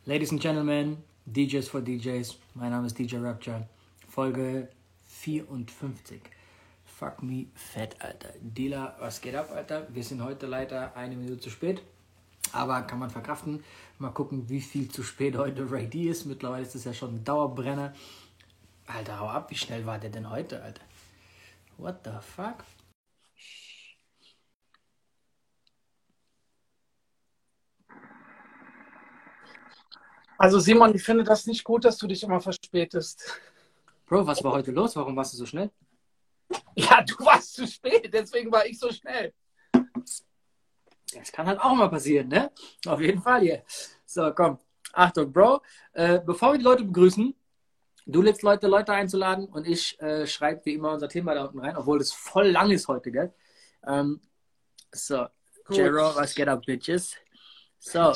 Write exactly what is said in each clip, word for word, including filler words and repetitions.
Ladies and Gentlemen, D Js for D Js, mein Name ist D J Rapture, Folge vierundfünfzig. Fuck me fett, Alter. Dealer, was geht ab, Alter? Wir sind heute leider eine Minute zu spät, aber kann man verkraften. Mal gucken, wie viel zu spät heute Ray D ist. Mittlerweile ist es ja schon ein Dauerbrenner. Alter, hau ab, wie schnell war der denn heute, Alter? What the fuck? Also Simon, ich finde das nicht gut, dass du dich immer verspätest. Bro, was war heute los? Warum warst du so schnell? Ja, du warst zu spät, deswegen war ich so schnell. Das kann halt auch mal passieren, ne? Auf jeden Fall hier. So, komm. Achtung, Bro. Äh, bevor wir die Leute begrüßen, du lädst Leute, Leute einzuladen und ich äh, schreibe wie immer unser Thema da unten rein, obwohl das voll lang ist heute, gell? Ähm, so, Jero, was geht ab, Bitches? So.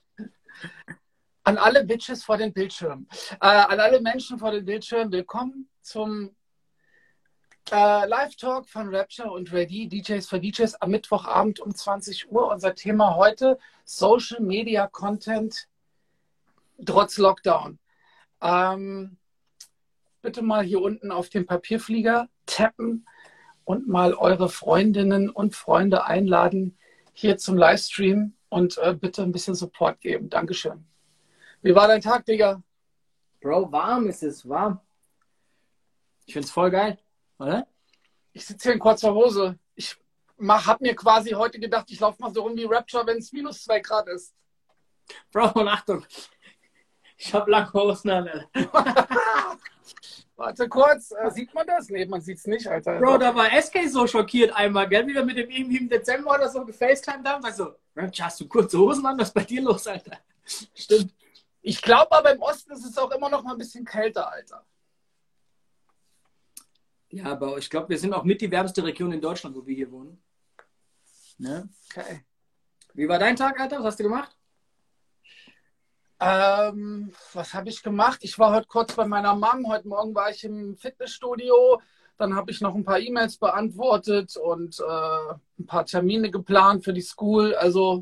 An alle Bitches vor den Bildschirmen, äh, an alle Menschen vor den Bildschirmen, willkommen zum äh, Live-Talk von Rapture und Ray D, D Js for D Js am Mittwochabend um zwanzig Uhr. Unser Thema heute, Social Media Content trotz Lockdown. Ähm, bitte mal hier unten auf den Papierflieger tappen und mal eure Freundinnen und Freunde einladen hier zum Livestream und äh, bitte ein bisschen Support geben. Dankeschön. Wie war dein Tag, Digga? Bro, warm ist es, warm. Ich find's voll geil, oder? Ich sitze hier in kurzer Hose. Ich habe mir quasi heute gedacht, ich laufe mal so rum wie Rapture, wenn es minus zwei Grad ist. Bro, und Achtung, ich hab lange Hosen an, Alter. Warte kurz, äh, sieht man das? Nee, man sieht's nicht, Alter. Bro, da war S K so schockiert einmal, gell? Wie wir mit dem irgendwie im Dezember oder so gefacetimed haben. Sag so, Rapture, hast du kurze Hosen an? Was ist bei dir los, Alter? Stimmt. Ich glaube aber im Osten ist es auch immer noch mal ein bisschen kälter, Alter. Ja, aber ich glaube, wir sind auch mit die wärmste Region in Deutschland, wo wir hier wohnen. Ne? Okay. Wie war dein Tag, Alter? Was hast du gemacht? Ähm, was habe ich gemacht? Ich war heute kurz bei meiner Mom. Heute Morgen war ich im Fitnessstudio. Dann habe ich noch ein paar E-Mails beantwortet und äh, ein paar Termine geplant für die School. Also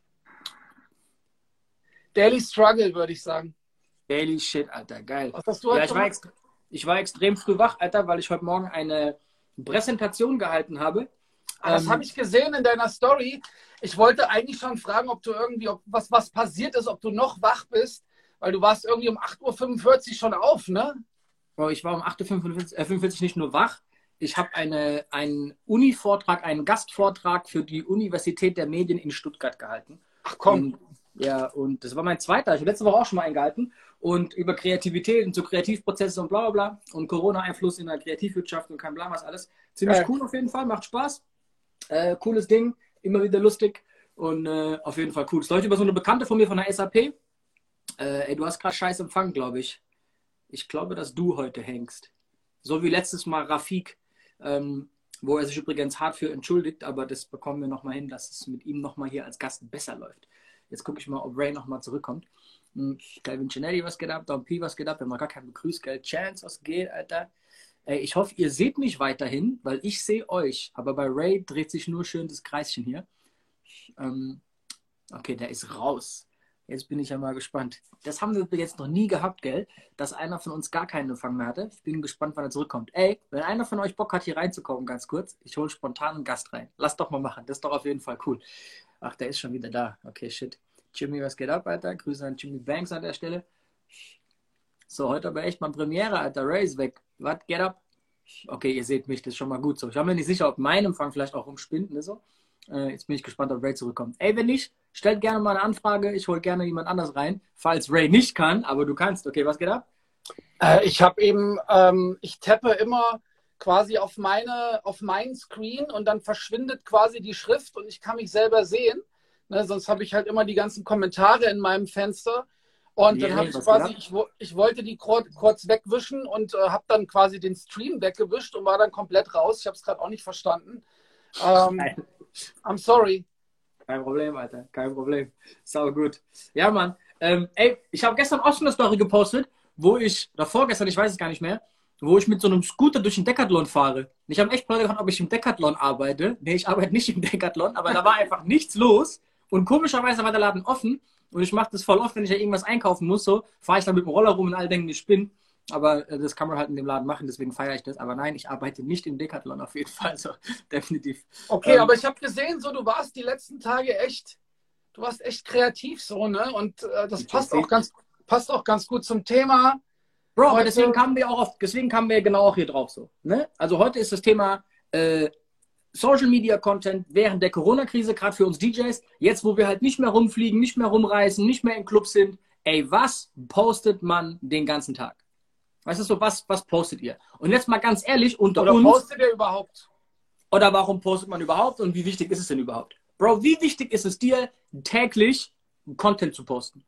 Daily Struggle, würde ich sagen. Daily Shit, Alter. Geil. Was hast du Ja, heute ich war, gemacht? ich war extrem früh wach, Alter, weil ich heute Morgen eine Präsentation gehalten habe. Ah, das Ähm, habe ich gesehen in deiner Story. Ich wollte eigentlich schon fragen, ob du irgendwie, ob was, was passiert ist, ob du noch wach bist, weil du warst irgendwie um acht Uhr fünfundvierzig schon auf, ne? Bro, ich war um acht Uhr fünfundvierzig nicht nur wach, ich habe eine, einen Uni-Vortrag, einen Gastvortrag für die Universität der Medien in Stuttgart gehalten. Ach komm. Und, ja, und das war mein zweiter. Ich habe letzte Woche auch schon mal eingehalten. Und über Kreativität und so Kreativprozesse und bla bla bla. Und Corona-Einfluss in der Kreativwirtschaft und kein Bla was alles. Ziemlich Geil. cool auf jeden Fall, macht Spaß. Äh, cooles Ding, immer wieder lustig. Und äh, auf jeden Fall cool. Es läuft über so eine Bekannte von mir von der S A P. Äh, ey, du hast gerade scheiß Empfang, glaube ich. Ich glaube, dass du heute hängst. So wie letztes Mal Rafik, ähm, wo er sich übrigens hart für entschuldigt, aber das bekommen wir nochmal hin, dass es mit ihm nochmal hier als Gast besser läuft. Jetzt gucke ich mal, ob Ray nochmal zurückkommt. Hm, Calvin Cinetti, was geht ab? Don P, was geht ab? Wir haben noch gar keinen begrüßt, gell? Chance, was geht, Alter? Ey, ich hoffe, ihr seht mich weiterhin, weil ich sehe euch. Aber bei Ray dreht sich nur schön das Kreischen hier. Ähm, okay, der ist raus. Jetzt bin ich ja mal gespannt. Das haben wir jetzt noch nie gehabt, gell? Dass einer von uns gar keinen Empfang mehr hatte. Ich bin gespannt, wann er zurückkommt. Ey, wenn einer von euch Bock hat, hier reinzukommen, ganz kurz, ich hole spontan einen Gast rein. Lass doch mal machen. Das ist doch auf jeden Fall cool. Ach, der ist schon wieder da. Okay, shit. Jimmy, was geht ab, Alter? Grüße an Jimmy Banks an der Stelle. So, heute aber echt mal Premiere, Alter. Ray ist weg. Was geht ab? Okay, ihr seht mich, das ist schon mal gut so. Ich war mir nicht sicher, ob mein Empfang vielleicht auch rumspinnt, ne, so. Äh, jetzt bin ich gespannt, ob Ray zurückkommt. Ey, wenn nicht, stellt gerne mal eine Anfrage. Ich hole gerne jemand anders rein, falls Ray nicht kann, aber du kannst. Okay, was geht ab? Äh, ich habe eben, ähm, ich tappe immer quasi auf meine, auf meinen Screen und dann verschwindet quasi die Schrift und ich kann mich selber sehen. Ne, sonst habe ich halt immer die ganzen Kommentare in meinem Fenster. Und Nee, dann habe nee, ich was quasi, geht ab? ich, wo- ich wollte die kur- kurz wegwischen und äh, habe dann quasi den Stream weggewischt und war dann komplett raus. Ich habe es gerade auch nicht verstanden. Ähm, Nein. I'm sorry. Kein Problem, Alter. Kein Problem. Sau gut. Ja, Mann. Ähm, ey, ich habe gestern auch schon eine Story gepostet, wo ich, oder vorgestern, ich weiß es gar nicht mehr, wo ich mit so einem Scooter durch den Decathlon fahre. Ich habe echt Leute gefragt, ob ich im Decathlon arbeite. Nee, ich arbeite nicht im Decathlon, aber da war einfach nichts los. Und komischerweise war der Laden offen. Und ich mache das voll oft, wenn ich ja irgendwas einkaufen muss, so, fahre ich dann mit dem Roller rum und alle denken, ich bin. Aber äh, das kann man halt in dem Laden machen, deswegen feiere ich das. Aber nein, ich arbeite nicht im Decathlon auf jeden Fall, so definitiv. Okay, ähm, aber ich habe gesehen, so du warst die letzten Tage echt, du warst echt kreativ so, ne? Und äh, das passt auch ganz, passt auch ganz gut zum Thema. Bro, aber deswegen kamen wir auch auf, deswegen kamen wir genau auch hier drauf so. Ne? Also heute ist das Thema äh, Social Media Content während der Corona-Krise, gerade für uns D Js. Jetzt, wo wir halt nicht mehr rumfliegen, nicht mehr rumreisen, nicht mehr in Clubs sind. Ey, was postet man den ganzen Tag? Weißt du so, was, was postet ihr? Und jetzt mal ganz ehrlich, unter Oder uns. Oder postet ihr überhaupt? Oder warum postet man überhaupt? Und wie wichtig ist es denn überhaupt? Bro, wie wichtig ist es dir, täglich Content zu posten?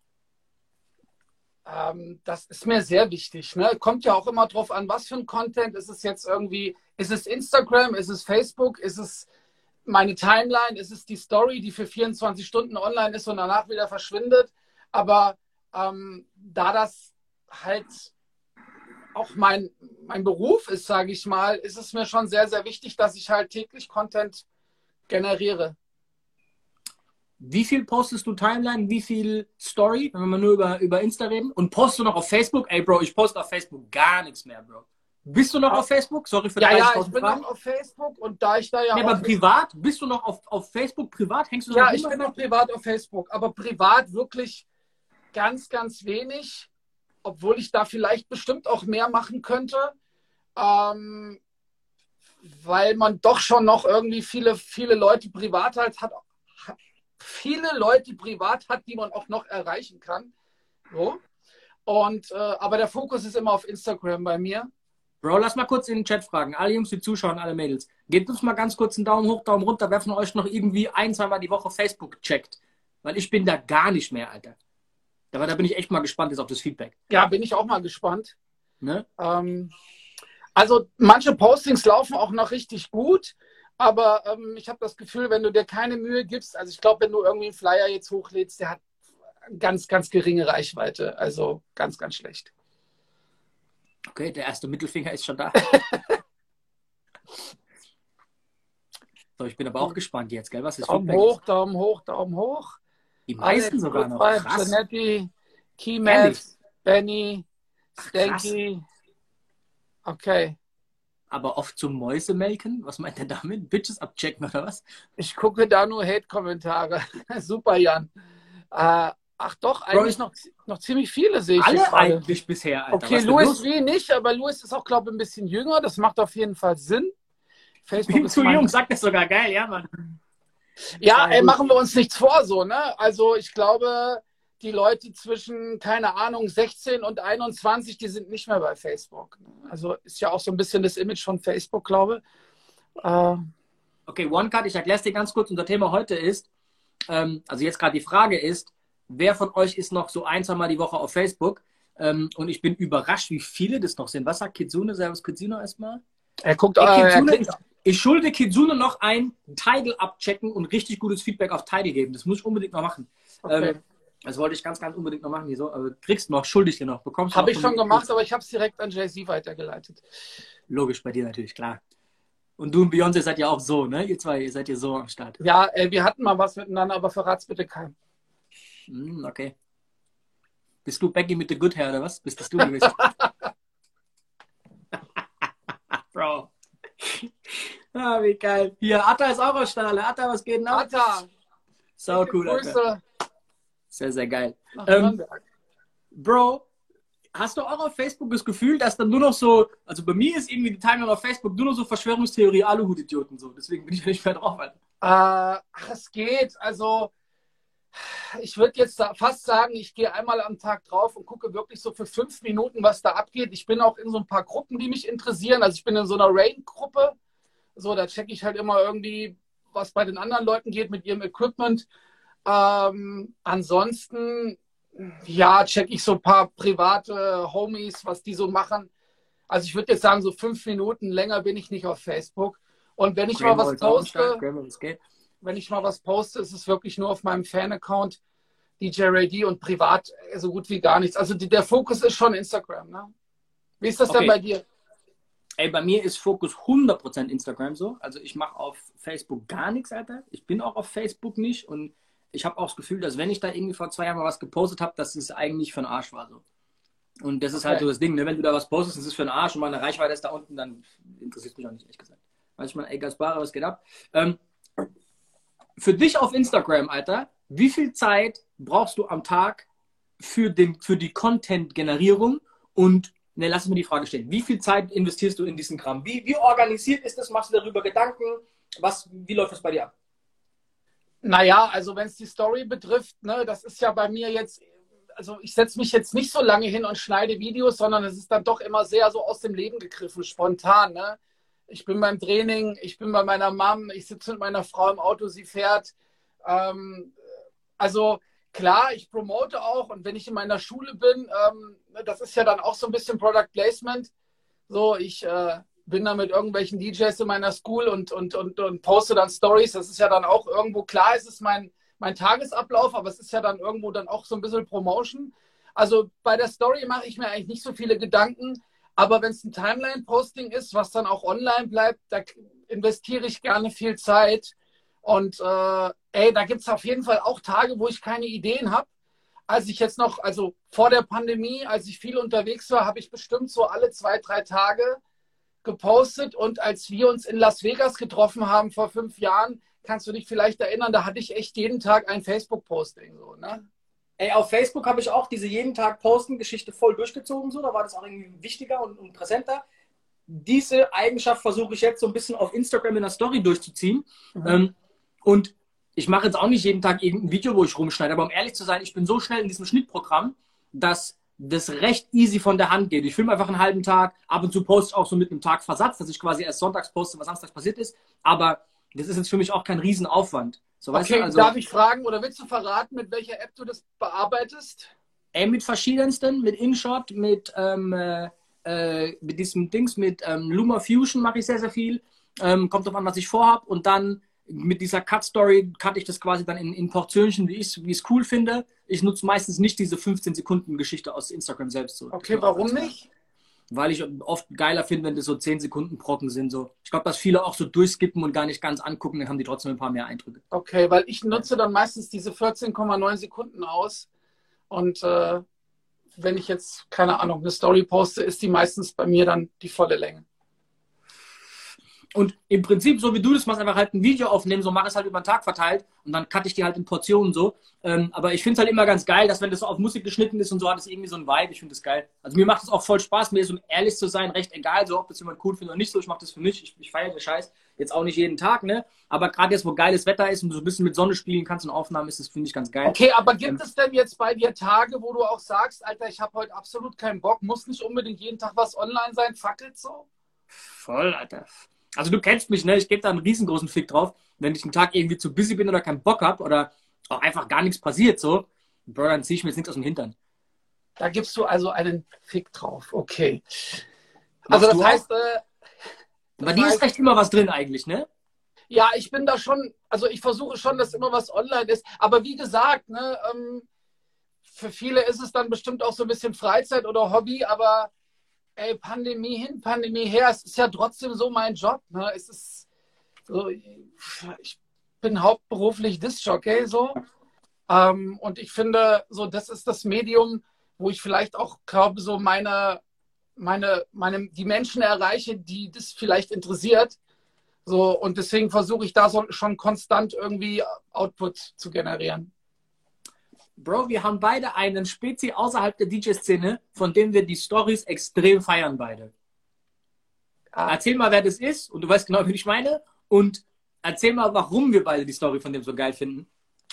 Ähm, das ist mir sehr wichtig. Ne? Kommt ja auch immer drauf an, was für ein Content. Ist es jetzt irgendwie, ist es Instagram, ist es Facebook, ist es meine Timeline, ist es die Story, die für vierundzwanzig Stunden online ist und danach wieder verschwindet. Aber ähm, da das halt auch mein, mein Beruf ist, sage ich mal, ist es mir schon sehr, sehr wichtig, dass ich halt täglich Content generiere. Wie viel postest du Timeline, wie viel Story, wenn wir nur über, über Insta reden? Und postest du noch auf Facebook? Ey, Bro, ich poste auf Facebook gar nichts mehr, Bro. Bist du noch auf Facebook? Sorry für ja, ja, ich bin Fragen. noch auf Facebook und da ich da ja, ja auch... aber privat? Bist du noch auf, auf Facebook privat? Hängst du ja, noch ich bin noch privat auf Facebook, aber privat wirklich ganz, ganz wenig, obwohl ich da vielleicht bestimmt auch mehr machen könnte, ähm, weil man doch schon noch irgendwie viele, viele Leute privat halt hat, viele Leute privat hat, die man auch noch erreichen kann. So. Und, äh, aber der Fokus ist immer auf Instagram bei mir. Bro, lass mal kurz in den Chat fragen. Alle Jungs, die zuschauen, alle Mädels. Gebt uns mal ganz kurz einen Daumen hoch, Daumen runter, wer von euch noch irgendwie ein, zwei Mal die Woche Facebook checkt. Weil ich bin da gar nicht mehr, Alter. Aber da bin ich echt mal gespannt jetzt auf das Feedback. Ja, bin ich auch mal gespannt. Ne? Ähm, also manche Postings laufen auch noch richtig gut. Aber ähm, ich habe das Gefühl, wenn du dir keine Mühe gibst, also ich glaube, wenn du irgendwie einen Flyer jetzt hochlädst, der hat ganz, ganz geringe Reichweite. Also ganz, ganz schlecht. Okay, der erste Mittelfinger ist schon da. So, ich bin aber auch gespannt jetzt, gell? Was ist Daumen Feedback? hoch, Daumen hoch, Daumen hoch. Die meisten Alex, sogar noch. Vibes, Krass. Janetti, Keymath, Benny, Stanky. Okay. Aber oft zum Mäusemelken? Was meint er damit? Bitches abchecken oder was? Ich gucke da nur Hate-Kommentare. Super, Jan. Äh, ach doch, eigentlich Bro, noch, noch ziemlich viele sehe ich. Alle eigentlich bisher, Alter. Okay, Louis V nicht, aber Louis ist auch, glaube ich, ein bisschen jünger. Das macht auf jeden Fall Sinn. Facebook bin ist zu jung, sagt das sogar geil, ja, Mann. Ja, ey, machen wir uns nichts vor so, ne? Also ich glaube, die Leute zwischen, keine Ahnung, sechzehn und einundzwanzig, die sind nicht mehr bei Facebook. Also ist ja auch so ein bisschen das Image von Facebook, glaube ich. Äh, okay, OneCard, ich erkläre es dir ganz kurz. Unser Thema heute ist, ähm, also jetzt gerade die Frage ist, wer von euch ist noch so ein, zwei Mal die Woche auf Facebook? Ähm, und ich bin überrascht, wie viele das noch sind. Was sagt Kitsune? Servus Kitsune erstmal. Er guckt, hey, äh, Kitsune, er ich, ich schulde Kitsune noch ein Tidal abchecken und richtig gutes Feedback auf Tidal geben. Das muss ich unbedingt noch machen. Okay. Ähm, das wollte ich ganz, ganz unbedingt noch machen. Wieso? Aber kriegst du noch, schuldig dir noch. Bekommst du Habe ich schon gemacht, aber ich habe es direkt an Jay-Z weitergeleitet. Logisch, bei dir natürlich, klar. Und du und Beyoncé seid ja auch so, ne? Ihr zwei, ihr seid ja so am Start. Ja, ey, wir hatten mal was miteinander, aber verrat's bitte keinem. Mm, okay. Bist du Becky mit The Good Hair oder was? Bist das du gewesen? Bro. Ah, wie geil. Hier, Atta ist auch aus Stahle. Atta, was geht denn ab? Atta. Sau cool, Grüße. Alter. Sehr, sehr geil. Nach Ähm, Nürnberg. Bro, hast du auch auf Facebook das Gefühl, dass dann nur noch so, also bei mir ist irgendwie die Timeline auf Facebook nur noch so Verschwörungstheorie, Aluhut-Idioten so. Deswegen bin ich nicht mehr drauf, Alter. Äh, ach, es geht. Also, ich würde jetzt fast sagen, ich gehe einmal am Tag drauf und gucke wirklich so für fünf Minuten, was da abgeht. Ich bin auch in so ein paar Gruppen, die mich interessieren. Also ich bin in so einer Rain-Gruppe. So, da checke ich halt immer irgendwie, was bei den anderen Leuten geht mit ihrem Equipment. Ähm, ansonsten, ja, checke ich so ein paar private Homies, was die so machen. Also ich würde jetzt sagen, so fünf Minuten länger bin ich nicht auf Facebook. Und wenn ich mal was poste, wenn ich mal was poste, ist es wirklich nur auf meinem Fan-Account D J Ray D und privat so gut wie gar nichts. Also die, der Fokus ist schon Instagram, ne? Wie ist das okay. denn bei dir? Ey, bei mir ist Fokus hundert Prozent Instagram so. Also ich mache auf Facebook gar nichts, Alter. Ich bin auch auf Facebook nicht und ich habe auch das Gefühl, dass wenn ich da irgendwie vor zwei Jahren mal was gepostet habe, dass es eigentlich für den Arsch war. So. Und das ist Okay. halt so das Ding, ne? Wenn du da was postest, das ist für den Arsch und meine Reichweite ist da unten, dann interessiert mich auch nicht, ehrlich gesagt. Manchmal, ey, Gaspar, was geht ab? Ähm, für dich auf Instagram, Alter, wie viel Zeit brauchst du am Tag für, den, für die Content-Generierung? Und, ne, lass mir die Frage stellen. Wie viel Zeit investierst du in diesen Kram? Wie, wie organisiert ist das? Machst du darüber Gedanken? Was, wie läuft das bei dir ab? Naja, also wenn es die Story betrifft, ne, das ist ja bei mir jetzt, also ich setze mich jetzt nicht so lange hin und schneide Videos, sondern es ist dann doch immer sehr so aus dem Leben gegriffen, spontan. Ne? Ich bin beim Training, ich bin bei meiner Mom, ich sitze mit meiner Frau im Auto, sie fährt. Ähm, also klar, ich promote auch und wenn ich in meiner Schule bin, ähm, das ist ja dann auch so ein bisschen Product Placement. So, ich äh, bin da mit irgendwelchen D Js in meiner School und, und, und, und poste dann Stories. Das ist ja dann auch irgendwo, klar, es ist mein, mein Tagesablauf, aber es ist ja dann irgendwo dann auch so ein bisschen Promotion. Also bei der Story mache ich mir eigentlich nicht so viele Gedanken, aber wenn es ein Timeline-Posting ist, was dann auch online bleibt, da investiere ich gerne viel Zeit. Und äh, ey, da gibt es auf jeden Fall auch Tage, wo ich keine Ideen habe. Als ich jetzt noch, also vor der Pandemie, als ich viel unterwegs war, habe ich bestimmt so alle zwei, drei Tage gepostet. Und als wir uns in Las Vegas getroffen haben vor fünf Jahren, kannst du dich vielleicht erinnern, da hatte ich echt jeden Tag ein Facebook-Posting. So, ne? Ey, auf Facebook habe ich auch diese jeden Tag Posten-Geschichte voll durchgezogen. So. Da war das auch irgendwie wichtiger und, und präsenter. Diese Eigenschaft versuche ich jetzt so ein bisschen auf Instagram in der Story durchzuziehen. Mhm. Ähm, und ich mache jetzt auch nicht jeden Tag irgendein Video, wo ich rumschneide, aber um ehrlich zu sein, ich bin so schnell in diesem Schnittprogramm, dass das recht easy von der Hand geht. Ich filme einfach einen halben Tag, ab und zu poste ich auch so mit einem Tag Versatz, dass ich quasi erst sonntags poste, was samstags passiert ist, aber das ist jetzt für mich auch kein Riesenaufwand. So, okay, weißt du? Also, darf ich fragen oder willst du verraten, mit welcher App du das bearbeitest? Ey, mit verschiedensten, mit InShot, mit, ähm, äh, mit diesem Dings, mit ähm, LumaFusion mache ich sehr, sehr viel. Ähm, kommt drauf an, was ich vorhabe und dann mit dieser Cut-Story cutte ich das quasi dann in, in Portionchen, wie ich es cool finde. Ich nutze meistens nicht diese fünfzehn Sekunden Geschichte aus Instagram selbst. So. Okay, warum nicht? Weil ich oft geiler finde, wenn das so zehn Sekunden Brocken sind. So. Ich glaube, dass viele auch so durchskippen und gar nicht ganz angucken, dann haben die trotzdem ein paar mehr Eindrücke. Okay, weil ich nutze dann meistens diese vierzehn Komma neun Sekunden aus. Und äh, wenn ich jetzt, keine Ahnung, eine Story poste, ist die meistens bei mir dann die volle Länge. Und im Prinzip, so wie du das machst, einfach halt ein Video aufnehmen, so mach es halt über den Tag verteilt und dann cutte ich die halt in Portionen so. Ähm, aber ich finde es halt immer ganz geil, dass wenn das so auf Musik geschnitten ist und so, hat es irgendwie so ein Vibe. Ich finde das geil. Also mir macht es auch voll Spaß, mir ist, um ehrlich zu sein, recht egal, so ob das jemand cool findet oder nicht so. Ich mache das für mich, ich, ich feiere den Scheiß. Jetzt auch nicht jeden Tag, ne? Aber gerade jetzt, wo geiles Wetter ist und du so ein bisschen mit Sonne spielen kannst und Aufnahmen, ist das, finde ich, ganz geil. Okay, aber gibt ähm, es denn jetzt bei dir Tage, wo du auch sagst, Alter, ich habe heute absolut keinen Bock, muss nicht unbedingt jeden Tag was online sein, fackelt so? Voll, Alter. Also du kennst mich, ne? Ich gebe da einen riesengroßen Fick drauf. Wenn ich einen Tag irgendwie zu busy bin oder keinen Bock habe oder auch einfach gar nichts passiert, so, Bro, dann ziehe ich mir jetzt nichts aus dem Hintern. Da gibst du also einen Fick drauf, okay. Also das heißt... Äh, Bei dir ist recht immer was drin eigentlich, ne? Ja, ich bin da schon, also ich versuche schon, dass immer was online ist. Aber wie gesagt, ne, ähm, für viele ist es dann bestimmt auch so ein bisschen Freizeit oder Hobby, aber ey, Pandemie hin, Pandemie her, es ist ja trotzdem so mein Job. Ne? Es ist so, ich bin hauptberuflich Disc-Jockey so. Ähm, und ich finde, so, das ist das Medium, wo ich vielleicht auch glaube, so meine, meine, meine, die Menschen erreiche, die das vielleicht interessiert. So, und deswegen versuche ich da so, schon konstant irgendwie Output zu generieren. Bro, wir haben beide einen Spezi außerhalb der D J-Szene, von dem wir die Storys extrem feiern beide. Ah. Erzähl mal, wer das ist, und du weißt genau, wie ich meine, und erzähl mal, warum wir beide die Story von dem so geil finden.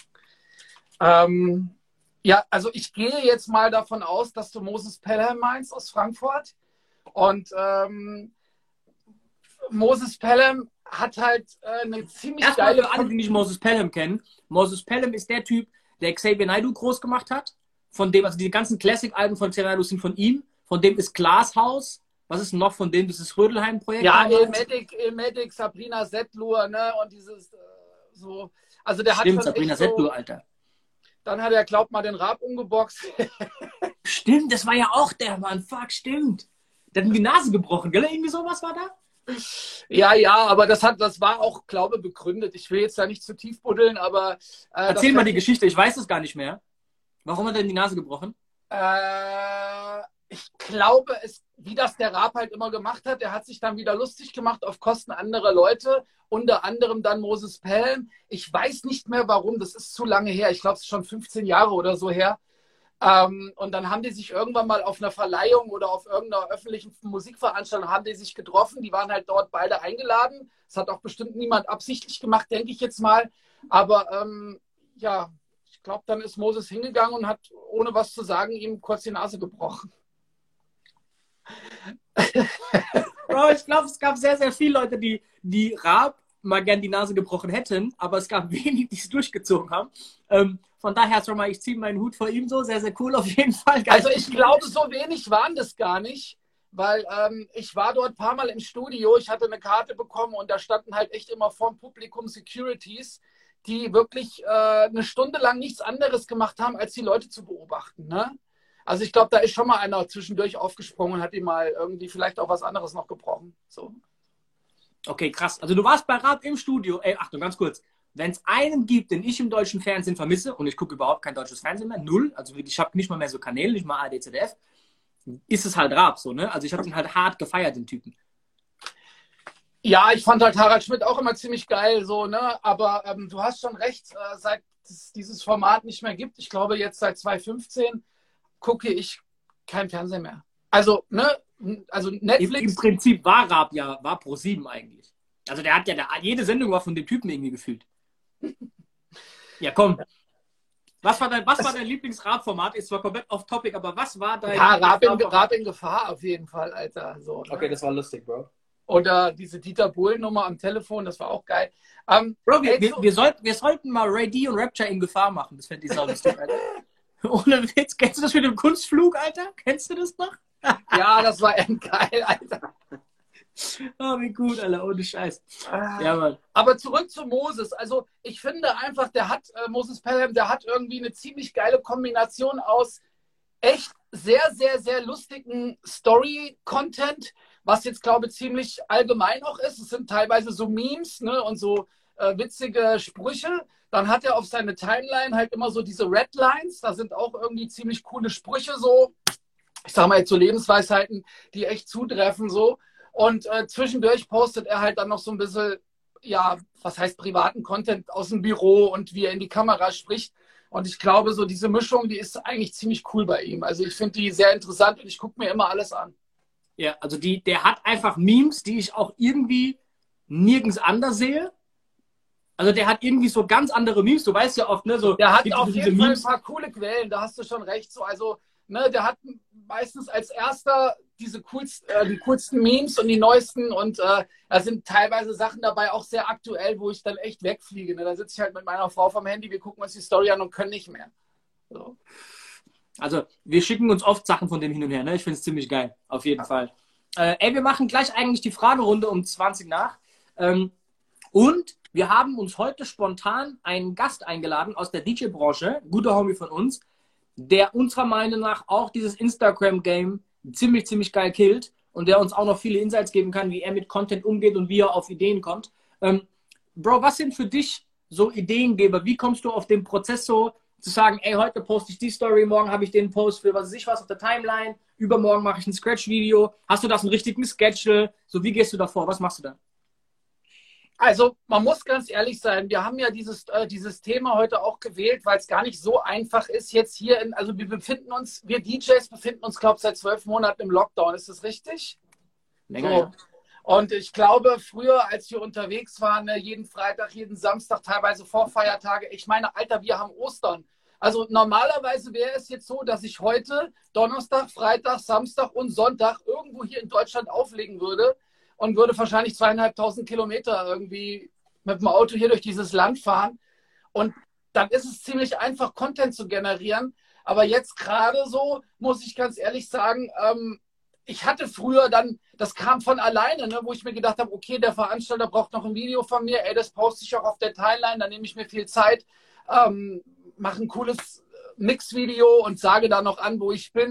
Ähm, ja, also ich gehe jetzt mal davon aus, dass du Moses Pelham meinst aus Frankfurt. Und ähm, Moses Pelham hat halt äh, eine ziemlich Erstmal geile... für alle, die nicht Moses Pelham kennen. Moses Pelham ist der Typ, der Xavier Naidoo groß gemacht hat. Von dem, also die ganzen Classic-Alben von Xavier Naidoo sind von ihm. Von dem ist Glashaus. Was ist noch von dem? Dieses Rödelheim-Projekt? Ja, Elmatic, Elmatic, Sabrina Setlur, ne? Und dieses äh, so. Also der Stimmt, hat schon Sabrina echt so, Setlur, Alter. Dann hat er, glaubt mal, den Raab umgeboxt. Stimmt, das war ja auch der Mann. Fuck, stimmt. Der hat ihm die Nase gebrochen, gell? Irgendwie sowas war da? Ja, ja, aber das hat, das war auch, glaube ich, begründet. Ich will jetzt da nicht zu tief buddeln, aber äh, erzähl mal die Geschichte. Ich weiß es gar nicht mehr. Warum hat er denn die Nase gebrochen? Äh, ich glaube, es, wie das der Raab halt immer gemacht hat, er hat sich dann wieder lustig gemacht auf Kosten anderer Leute, unter anderem dann Moses Pelham. Ich weiß nicht mehr warum, das ist zu lange her. Ich glaube, es ist schon fünfzehn Jahre oder so her. Ähm, und dann haben die sich irgendwann mal auf einer Verleihung oder auf irgendeiner öffentlichen Musikveranstaltung haben die sich getroffen. Die waren halt dort beide eingeladen. Das hat auch bestimmt niemand absichtlich gemacht, denke ich jetzt mal. Aber ähm, ja, ich glaube, dann ist Moses hingegangen und hat, ohne was zu sagen, ihm kurz die Nase gebrochen. Bro, ich glaube, es gab sehr, sehr viele Leute, die, die Raab mal gern die Nase gebrochen hätten, aber es gab wenige, die es durchgezogen haben. Ähm, von daher, schon mal, ich ziehe meinen Hut vor ihm so. Sehr, sehr cool auf jeden Fall. Geil. Also ich glaube, so wenig waren das gar nicht, weil ähm, ich war dort ein paar Mal im Studio. Ich hatte eine Karte bekommen und da standen halt echt immer vorm Publikum Securities, die wirklich äh, eine Stunde lang nichts anderes gemacht haben, als die Leute zu beobachten. Ne? Also ich glaube, da ist schon mal einer zwischendurch aufgesprungen und hat ihm mal irgendwie vielleicht auch was anderes noch gebrochen. So. Okay, krass. Also du warst bei Raab im Studio. Ey, Achtung, ganz kurz. Wenn es einen gibt, den ich im deutschen Fernsehen vermisse, und ich gucke überhaupt kein deutsches Fernsehen mehr, null, also ich habe nicht mal mehr so Kanäle, nicht mal A R D, Z D F, ist es halt Raab so, ne? Also ich habe den halt hart gefeiert, den Typen. Ja, ich fand halt Harald Schmidt auch immer ziemlich geil, so, ne? Aber ähm, du hast schon recht, äh, seit es dieses Format nicht mehr gibt, ich glaube jetzt seit zwanzig fünfzehn, gucke ich kein Fernsehen mehr. Also, ne? Also Netflix. Im, im Prinzip war Raab ja, war ProSieben eigentlich. Also der hat ja, der, jede Sendung war von dem Typen irgendwie gefühlt. Ja, komm. Was war dein, was war dein Lieblings-Raab-Format? Ist zwar komplett off-topic, aber was war dein Ja, Raab in, Raab in Gefahr auf jeden Fall, Alter. So, ne? Okay, das war lustig, Bro. Oder diese Dieter Bohlen-Nummer am Telefon, das war auch geil. Um, Bro, wir, wir, wir, sollten, wir sollten mal Ray D und Rapture in Gefahr machen. Das fände ich sau lustig, Alter. Ohne Witz. Kennst du das mit dem Kunstflug, Alter? Kennst du das noch? Ja, das war echt geil, Alter. Oh, wie gut, Alter, ohne Scheiß. Ja, Mann. Aber zurück zu Moses. Also ich finde einfach, der hat, äh, Moses Pelham, der hat irgendwie eine ziemlich geile Kombination aus echt sehr, sehr, sehr lustigen Story-Content, was jetzt, glaube ich, ziemlich allgemein auch ist. Es sind teilweise so Memes, ne, und so äh, witzige Sprüche. Dann hat er auf seine Timeline halt immer so diese Redlines. Da sind auch irgendwie ziemlich coole Sprüche so. Ich sag mal jetzt so Lebensweisheiten, die echt zutreffen so. Und äh, zwischendurch postet er halt dann noch so ein bisschen, ja, was heißt privaten Content aus dem Büro und wie er in die Kamera spricht. Und ich glaube, so diese Mischung, die ist eigentlich ziemlich cool bei ihm. Also ich finde die sehr interessant und ich gucke mir immer alles an. Ja, also die, der hat einfach Memes, die ich auch irgendwie nirgends anders sehe. Also der hat irgendwie so ganz andere Memes. Du weißt ja oft, ne, so. Der hat auf jeden Fall ein paar coole Quellen, da hast du schon recht. So, also, ne, der hat meistens als erster diese coolsten, äh, die coolsten Memes und die neuesten und äh, da sind teilweise Sachen dabei auch sehr aktuell, wo ich dann echt wegfliege. Ne? Da sitze ich halt mit meiner Frau vom Handy, wir gucken uns die Story an und können nicht mehr. So. Also wir schicken uns oft Sachen von dem hin und her. Ne? Ich finde es ziemlich geil, auf jeden ja. Fall. Äh, ey, wir machen gleich eigentlich die Fragerunde um zwanzig nach. Ähm, und wir haben uns heute spontan einen Gast eingeladen aus der D J-Branche, guter Homie von uns, der unserer Meinung nach auch dieses Instagram-Game ziemlich, ziemlich geil killt und der uns auch noch viele Insights geben kann, wie er mit Content umgeht und wie er auf Ideen kommt. Ähm, Bro, was sind für dich so Ideengeber? Wie kommst du auf den Prozess so, zu sagen, ey, heute poste ich die Story, morgen habe ich den Post für was weiß ich was auf der Timeline, übermorgen mache ich ein Scratch-Video. Hast du das einen richtigen Schedule? So, wie gehst du da vor? Was machst du da? Also man muss ganz ehrlich sein, wir haben ja dieses, äh, dieses Thema heute auch gewählt, weil es gar nicht so einfach ist jetzt hier, in, also wir befinden uns, wir D Js befinden uns, glaube ich, seit zwölf Monaten im Lockdown, ist das richtig? Länger, so. ja. Und ich glaube, früher, als wir unterwegs waren, ne, jeden Freitag, jeden Samstag, teilweise vor Feiertage, ich meine, Alter, wir haben Ostern. Also normalerweise wäre es jetzt so, dass ich heute Donnerstag, Freitag, Samstag und Sonntag irgendwo hier in Deutschland auflegen würde und würde wahrscheinlich zweieinhalbtausend Kilometer irgendwie mit dem Auto hier durch dieses Land fahren. Und dann ist es ziemlich einfach, Content zu generieren. Aber jetzt gerade so, muss ich ganz ehrlich sagen, ähm, ich hatte früher dann, das kam von alleine, ne, wo ich mir gedacht habe, okay, der Veranstalter braucht noch ein Video von mir, ey, das poste ich auch auf der Timeline, dann nehme ich mir viel Zeit, ähm, mache ein cooles Mix-Video und sage da noch an, wo ich bin.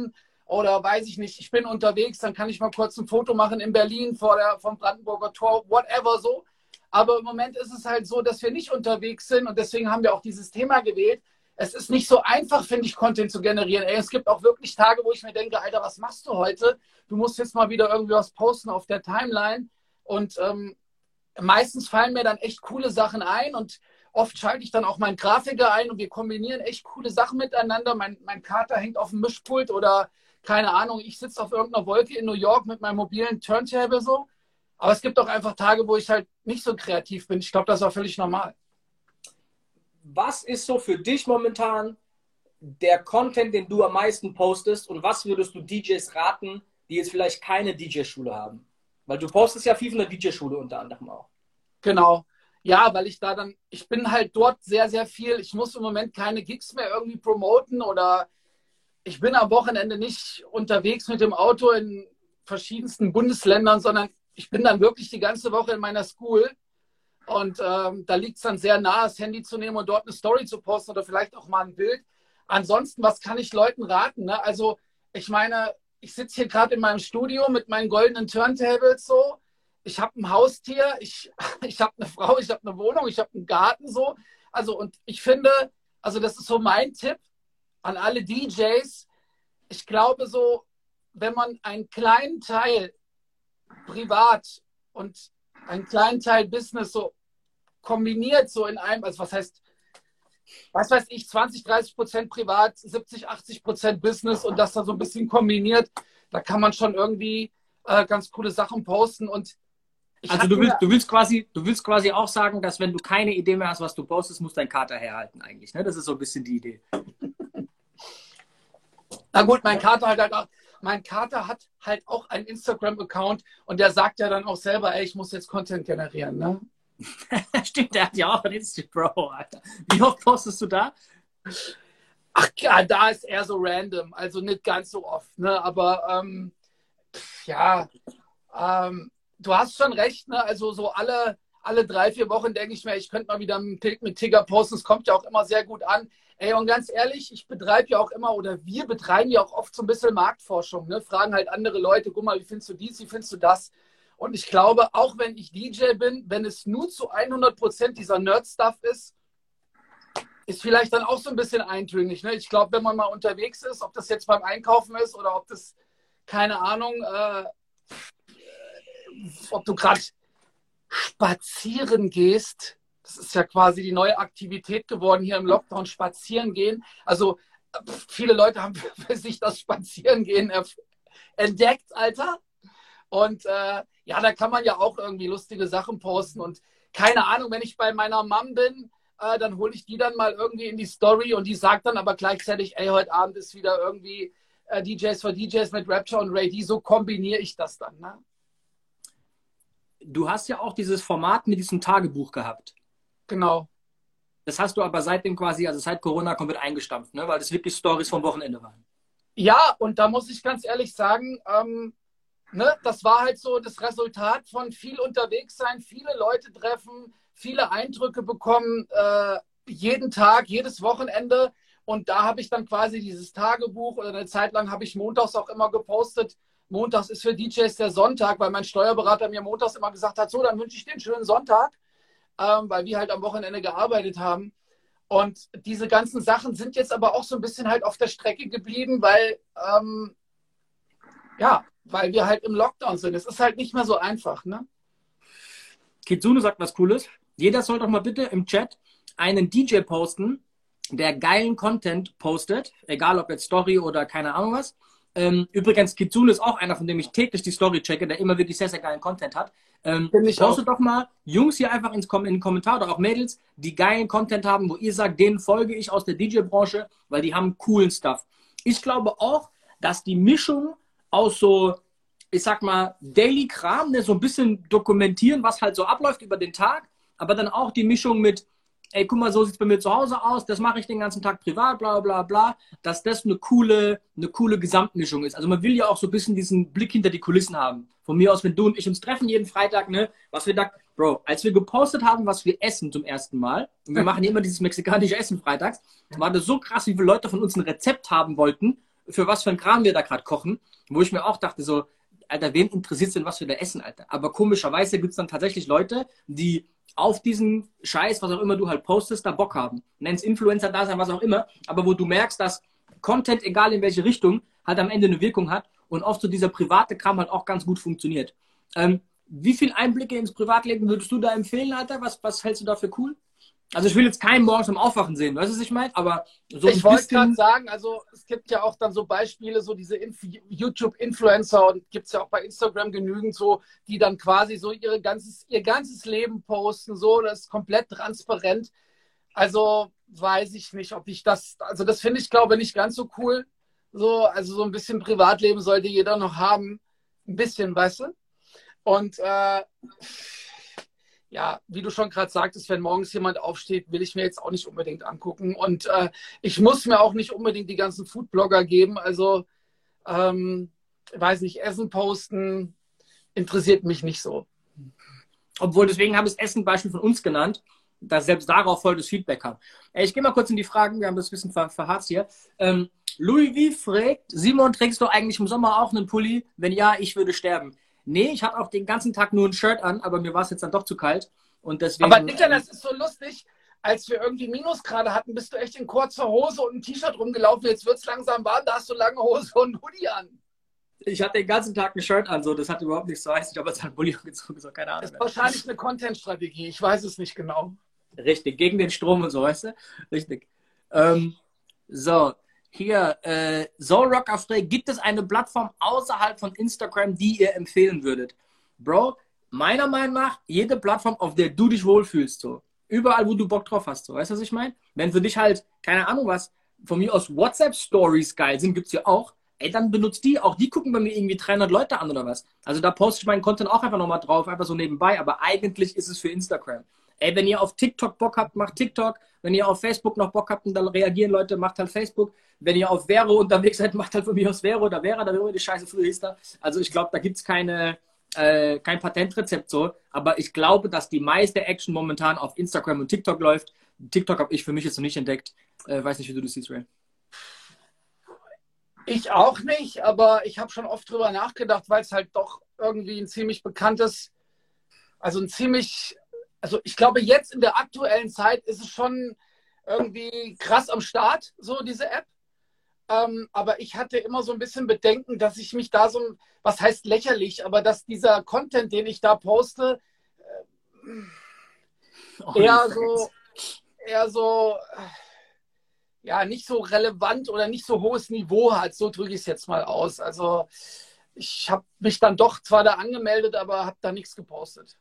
oder weiß ich nicht, ich bin unterwegs, dann kann ich mal kurz ein Foto machen in Berlin vor der, vom Brandenburger Tor, whatever so. Aber im Moment ist es halt so, dass wir nicht unterwegs sind und deswegen haben wir auch dieses Thema gewählt. Es ist nicht so einfach, finde ich, Content zu generieren. Ey, es gibt auch wirklich Tage, wo ich mir denke, Alter, was machst du heute? Du musst jetzt mal wieder irgendwie was posten auf der Timeline. Und ähm, meistens fallen mir dann echt coole Sachen ein und oft schalte ich dann auch meinen Grafiker ein und wir kombinieren echt coole Sachen miteinander. Mein, mein Kater hängt auf dem Mischpult oder keine Ahnung, ich sitze auf irgendeiner Wolke in New York mit meinem mobilen Turntable so. Aber es gibt auch einfach Tage, wo ich halt nicht so kreativ bin. Ich glaube, das ist auch völlig normal. Was ist so für dich momentan der Content, den du am meisten postest und was würdest du D Js raten, die jetzt vielleicht keine D J-Schule haben? Weil du postest ja viel von der D J-Schule unter anderem auch. Genau. Ja, weil ich da dann, ich bin halt dort sehr, sehr viel. Ich muss im Moment keine Gigs mehr irgendwie promoten oder ich bin am Wochenende nicht unterwegs mit dem Auto in verschiedensten Bundesländern, sondern ich bin dann wirklich die ganze Woche in meiner School. Und ähm, da liegt es dann sehr nah, das Handy zu nehmen und dort eine Story zu posten oder vielleicht auch mal ein Bild. Ansonsten, was kann ich Leuten raten? Ne? Also, ich meine, ich sitze hier gerade in meinem Studio mit meinen goldenen Turntables so. Ich habe ein Haustier, ich, ich habe eine Frau, ich habe eine Wohnung, ich habe einen Garten so. Also, und ich finde, also das ist so mein Tipp an alle D Js. Ich glaube so, wenn man einen kleinen Teil privat und einen kleinen Teil Business so kombiniert, so in einem, also was heißt, was weiß ich, zwanzig, dreißig Prozent privat, siebzig, achtzig Prozent Business und das dann so ein bisschen kombiniert, da kann man schon irgendwie äh, ganz coole Sachen posten. Und ich also du willst, du willst quasi, du willst quasi auch sagen, dass wenn du keine Idee mehr hast, was du postest, muss dein Kater herhalten eigentlich. Ne? Das ist so ein bisschen die Idee. Na gut, mein Kater hat halt auch, mein Kater hat halt auch einen Instagram-Account und der sagt ja dann auch selber, ey, ich muss jetzt Content generieren, ne? Stimmt, der hat ja auch ein Instagram, Bro, Alter. Wie oft postest du da? Ach ja, da ist eher so random, also nicht ganz so oft, ne? Aber ähm, ja, ähm, du hast schon recht, ne? Also so alle, alle drei, vier Wochen denke ich mir, ich könnte mal wieder ein Bild mit Tigger posten, es kommt ja auch immer sehr gut an. Ey, und ganz ehrlich, ich betreibe ja auch immer, oder wir betreiben ja auch oft so ein bisschen Marktforschung, ne? Fragen halt andere Leute, guck mal, wie findest du dies, wie findest du das? Und ich glaube, auch wenn ich D J bin, wenn es nur zu hundert Prozent dieser Nerd-Stuff ist, ist vielleicht dann auch so ein bisschen eintönig. Ne? Ich glaube, wenn man mal unterwegs ist, ob das jetzt beim Einkaufen ist oder ob das, keine Ahnung, äh, ob du gerade spazieren gehst, das ist ja quasi die neue Aktivität geworden hier im Lockdown, spazieren gehen. Also viele Leute haben für sich das Spazierengehen entdeckt, Alter. Und äh, ja, da kann man ja auch irgendwie lustige Sachen posten. Und keine Ahnung, wenn ich bei meiner Mom bin, äh, dann hole ich die dann mal irgendwie in die Story und die sagt dann aber gleichzeitig, ey, heute Abend ist wieder irgendwie äh, D Js for D Js mit Rapture und Ray D. So kombiniere ich das dann, ne? Du hast ja auch dieses Format mit diesem Tagebuch gehabt. Genau. Das hast du aber seitdem quasi, also seit Corona komplett eingestampft, ne? Weil das wirklich Stories vom Wochenende waren. Ja, und da muss ich ganz ehrlich sagen, ähm, ne, das war halt so das Resultat von viel unterwegs sein, viele Leute treffen, viele Eindrücke bekommen, äh, jeden Tag, jedes Wochenende. Und da habe ich dann quasi dieses Tagebuch oder eine Zeit lang habe ich montags auch immer gepostet. Montags ist für D Js der Sonntag, weil mein Steuerberater mir montags immer gesagt hat, so, dann wünsche ich dir einen schönen Sonntag, ähm, weil wir halt am Wochenende gearbeitet haben. Und diese ganzen Sachen sind jetzt aber auch so ein bisschen halt auf der Strecke geblieben, weil, ähm, ja, weil wir halt im Lockdown sind. Es ist halt nicht mehr so einfach, ne? Kitsune sagt was Cooles. Jeder soll doch mal bitte im Chat einen D J posten, der geilen Content postet, egal ob jetzt Story oder keine Ahnung was. Ähm, übrigens, Kitsune ist auch einer, von dem ich täglich die Story checke, der immer wirklich sehr, sehr geilen Content hat. Ähm, postet doch mal Jungs hier einfach ins Kom in den Kommentar oder auch Mädels, die geilen Content haben, wo ihr sagt, denen folge ich aus der D J-Branche, weil die haben coolen Stuff. Ich glaube auch, dass die Mischung aus so, ich sag mal, Daily-Kram, ne, so ein bisschen dokumentieren, was halt so abläuft über den Tag, aber dann auch die Mischung mit, ey, guck mal, so sieht es bei mir zu Hause aus, das mache ich den ganzen Tag privat, bla bla bla, dass das eine coole, eine coole Gesamtmischung ist. Also man will ja auch so ein bisschen diesen Blick hinter die Kulissen haben. Von mir aus, wenn du und ich uns treffen jeden Freitag, ne, was wir da, Bro, als wir gepostet haben, was wir essen zum ersten Mal, und wir machen immer dieses mexikanische Essen freitags, war das so krass, wie viele Leute von uns ein Rezept haben wollten, für was für ein Kram wir da gerade kochen, wo ich mir auch dachte, so, Alter, wen interessiert denn, was wir da essen, Alter? Aber komischerweise gibt es dann tatsächlich Leute, die auf diesen Scheiß, was auch immer du halt postest, da Bock haben. Nenn's Influencer da sein, was auch immer, aber wo du merkst, dass Content, egal in welche Richtung, halt am Ende eine Wirkung hat und oft so dieser private Kram halt auch ganz gut funktioniert. Ähm, wie viel Einblicke ins Privatleben würdest du da empfehlen, Alter? Was, was hältst du da für cool? Also ich will jetzt keinen morgens im Aufwachen sehen, weißt du, was ich meine? Aber so ein Ich wollte gerade bisschen... sagen, also es gibt ja auch dann so Beispiele, so diese Inf YouTube-Influencer und gibt es ja auch bei Instagram genügend so, die dann quasi so ihre ganzes, ihr ganzes Leben posten, so, das ist komplett transparent. Also weiß ich nicht, ob ich das, also das finde ich, glaube ich, nicht ganz so cool. So, also so ein bisschen Privatleben sollte jeder noch haben. Ein bisschen, weißt du? Und äh, ja, wie du schon gerade sagtest, wenn morgens jemand aufsteht, will ich mir jetzt auch nicht unbedingt angucken. Und äh, ich muss mir auch nicht unbedingt die ganzen Foodblogger geben. Also, ähm, weiß nicht, Essen posten interessiert mich nicht so. Obwohl, deswegen habe ich das Essen-Beispiel von uns genannt, dass selbst darauf voll das Feedback kam. Ey, ich gehe mal kurz in die Fragen, wir haben das ein bisschen ver verharzt hier. Ähm, Louis V fragt, Simon, trägst du eigentlich im Sommer auch einen Pulli? Wenn ja, ich würde sterben. Nee, ich hatte auch den ganzen Tag nur ein Shirt an, aber mir war es jetzt dann doch zu kalt. Und deswegen, aber Dicker, das ist so lustig. Als wir irgendwie Minusgrade hatten, bist du echt in kurzer Hose und ein T-Shirt rumgelaufen. Jetzt wird es langsam warm, da hast du lange Hose und einen Hoodie an. Ich hatte den ganzen Tag ein Shirt an, so, das hat überhaupt nichts zu heißen. Ich habe jetzt einen Bulli angezogen, so, keine Ahnung. Das ist wahrscheinlich eine Content-Strategie, ich weiß es nicht genau. Richtig, gegen den Strom und so, weißt du? Richtig. Ähm, so, hier, äh, Zorock Afrey, gibt es eine Plattform außerhalb von Instagram, die ihr empfehlen würdet? Bro, meiner Meinung nach, jede Plattform, auf der du dich wohlfühlst, so. Überall, wo du Bock drauf hast, so. Weißt du, was ich meine? Wenn für dich halt, keine Ahnung was, von mir aus WhatsApp-Stories geil sind, gibt's ja auch. Ey, dann benutzt die. Auch die gucken bei mir irgendwie dreihundert Leute an oder was. Also da poste ich meinen Content auch einfach nochmal drauf, einfach so nebenbei. Aber eigentlich ist es für Instagram. Ey, wenn ihr auf TikTok Bock habt, macht TikTok. Wenn ihr auf Facebook noch Bock habt und dann reagieren Leute, macht halt Facebook. Wenn ihr auf Vero unterwegs seid, macht halt von mir aus Vero oder Vera, da immer die Scheiße früher hieß da. Also ich glaube, da gibt's keine, äh, kein Patentrezept so. Aber ich glaube, dass die meiste Action momentan auf Instagram und TikTok läuft. TikTok habe ich für mich jetzt noch nicht entdeckt. Äh, weiß nicht, wie du das siehst, Ray. Ich auch nicht, aber ich habe schon oft drüber nachgedacht, weil es halt doch irgendwie ein ziemlich bekanntes, also ein ziemlich, also ich glaube jetzt in der aktuellen Zeit ist es schon irgendwie krass am Start, so diese App. Ähm, aber ich hatte immer so ein bisschen Bedenken, dass ich mich da so, was heißt lächerlich, aber dass dieser Content, den ich da poste, äh, eher so, eher so, äh, ja, nicht so relevant oder nicht so hohes Niveau hat, so drücke ich es jetzt mal aus. Also ich habe mich dann doch zwar da angemeldet, aber habe da nichts gepostet.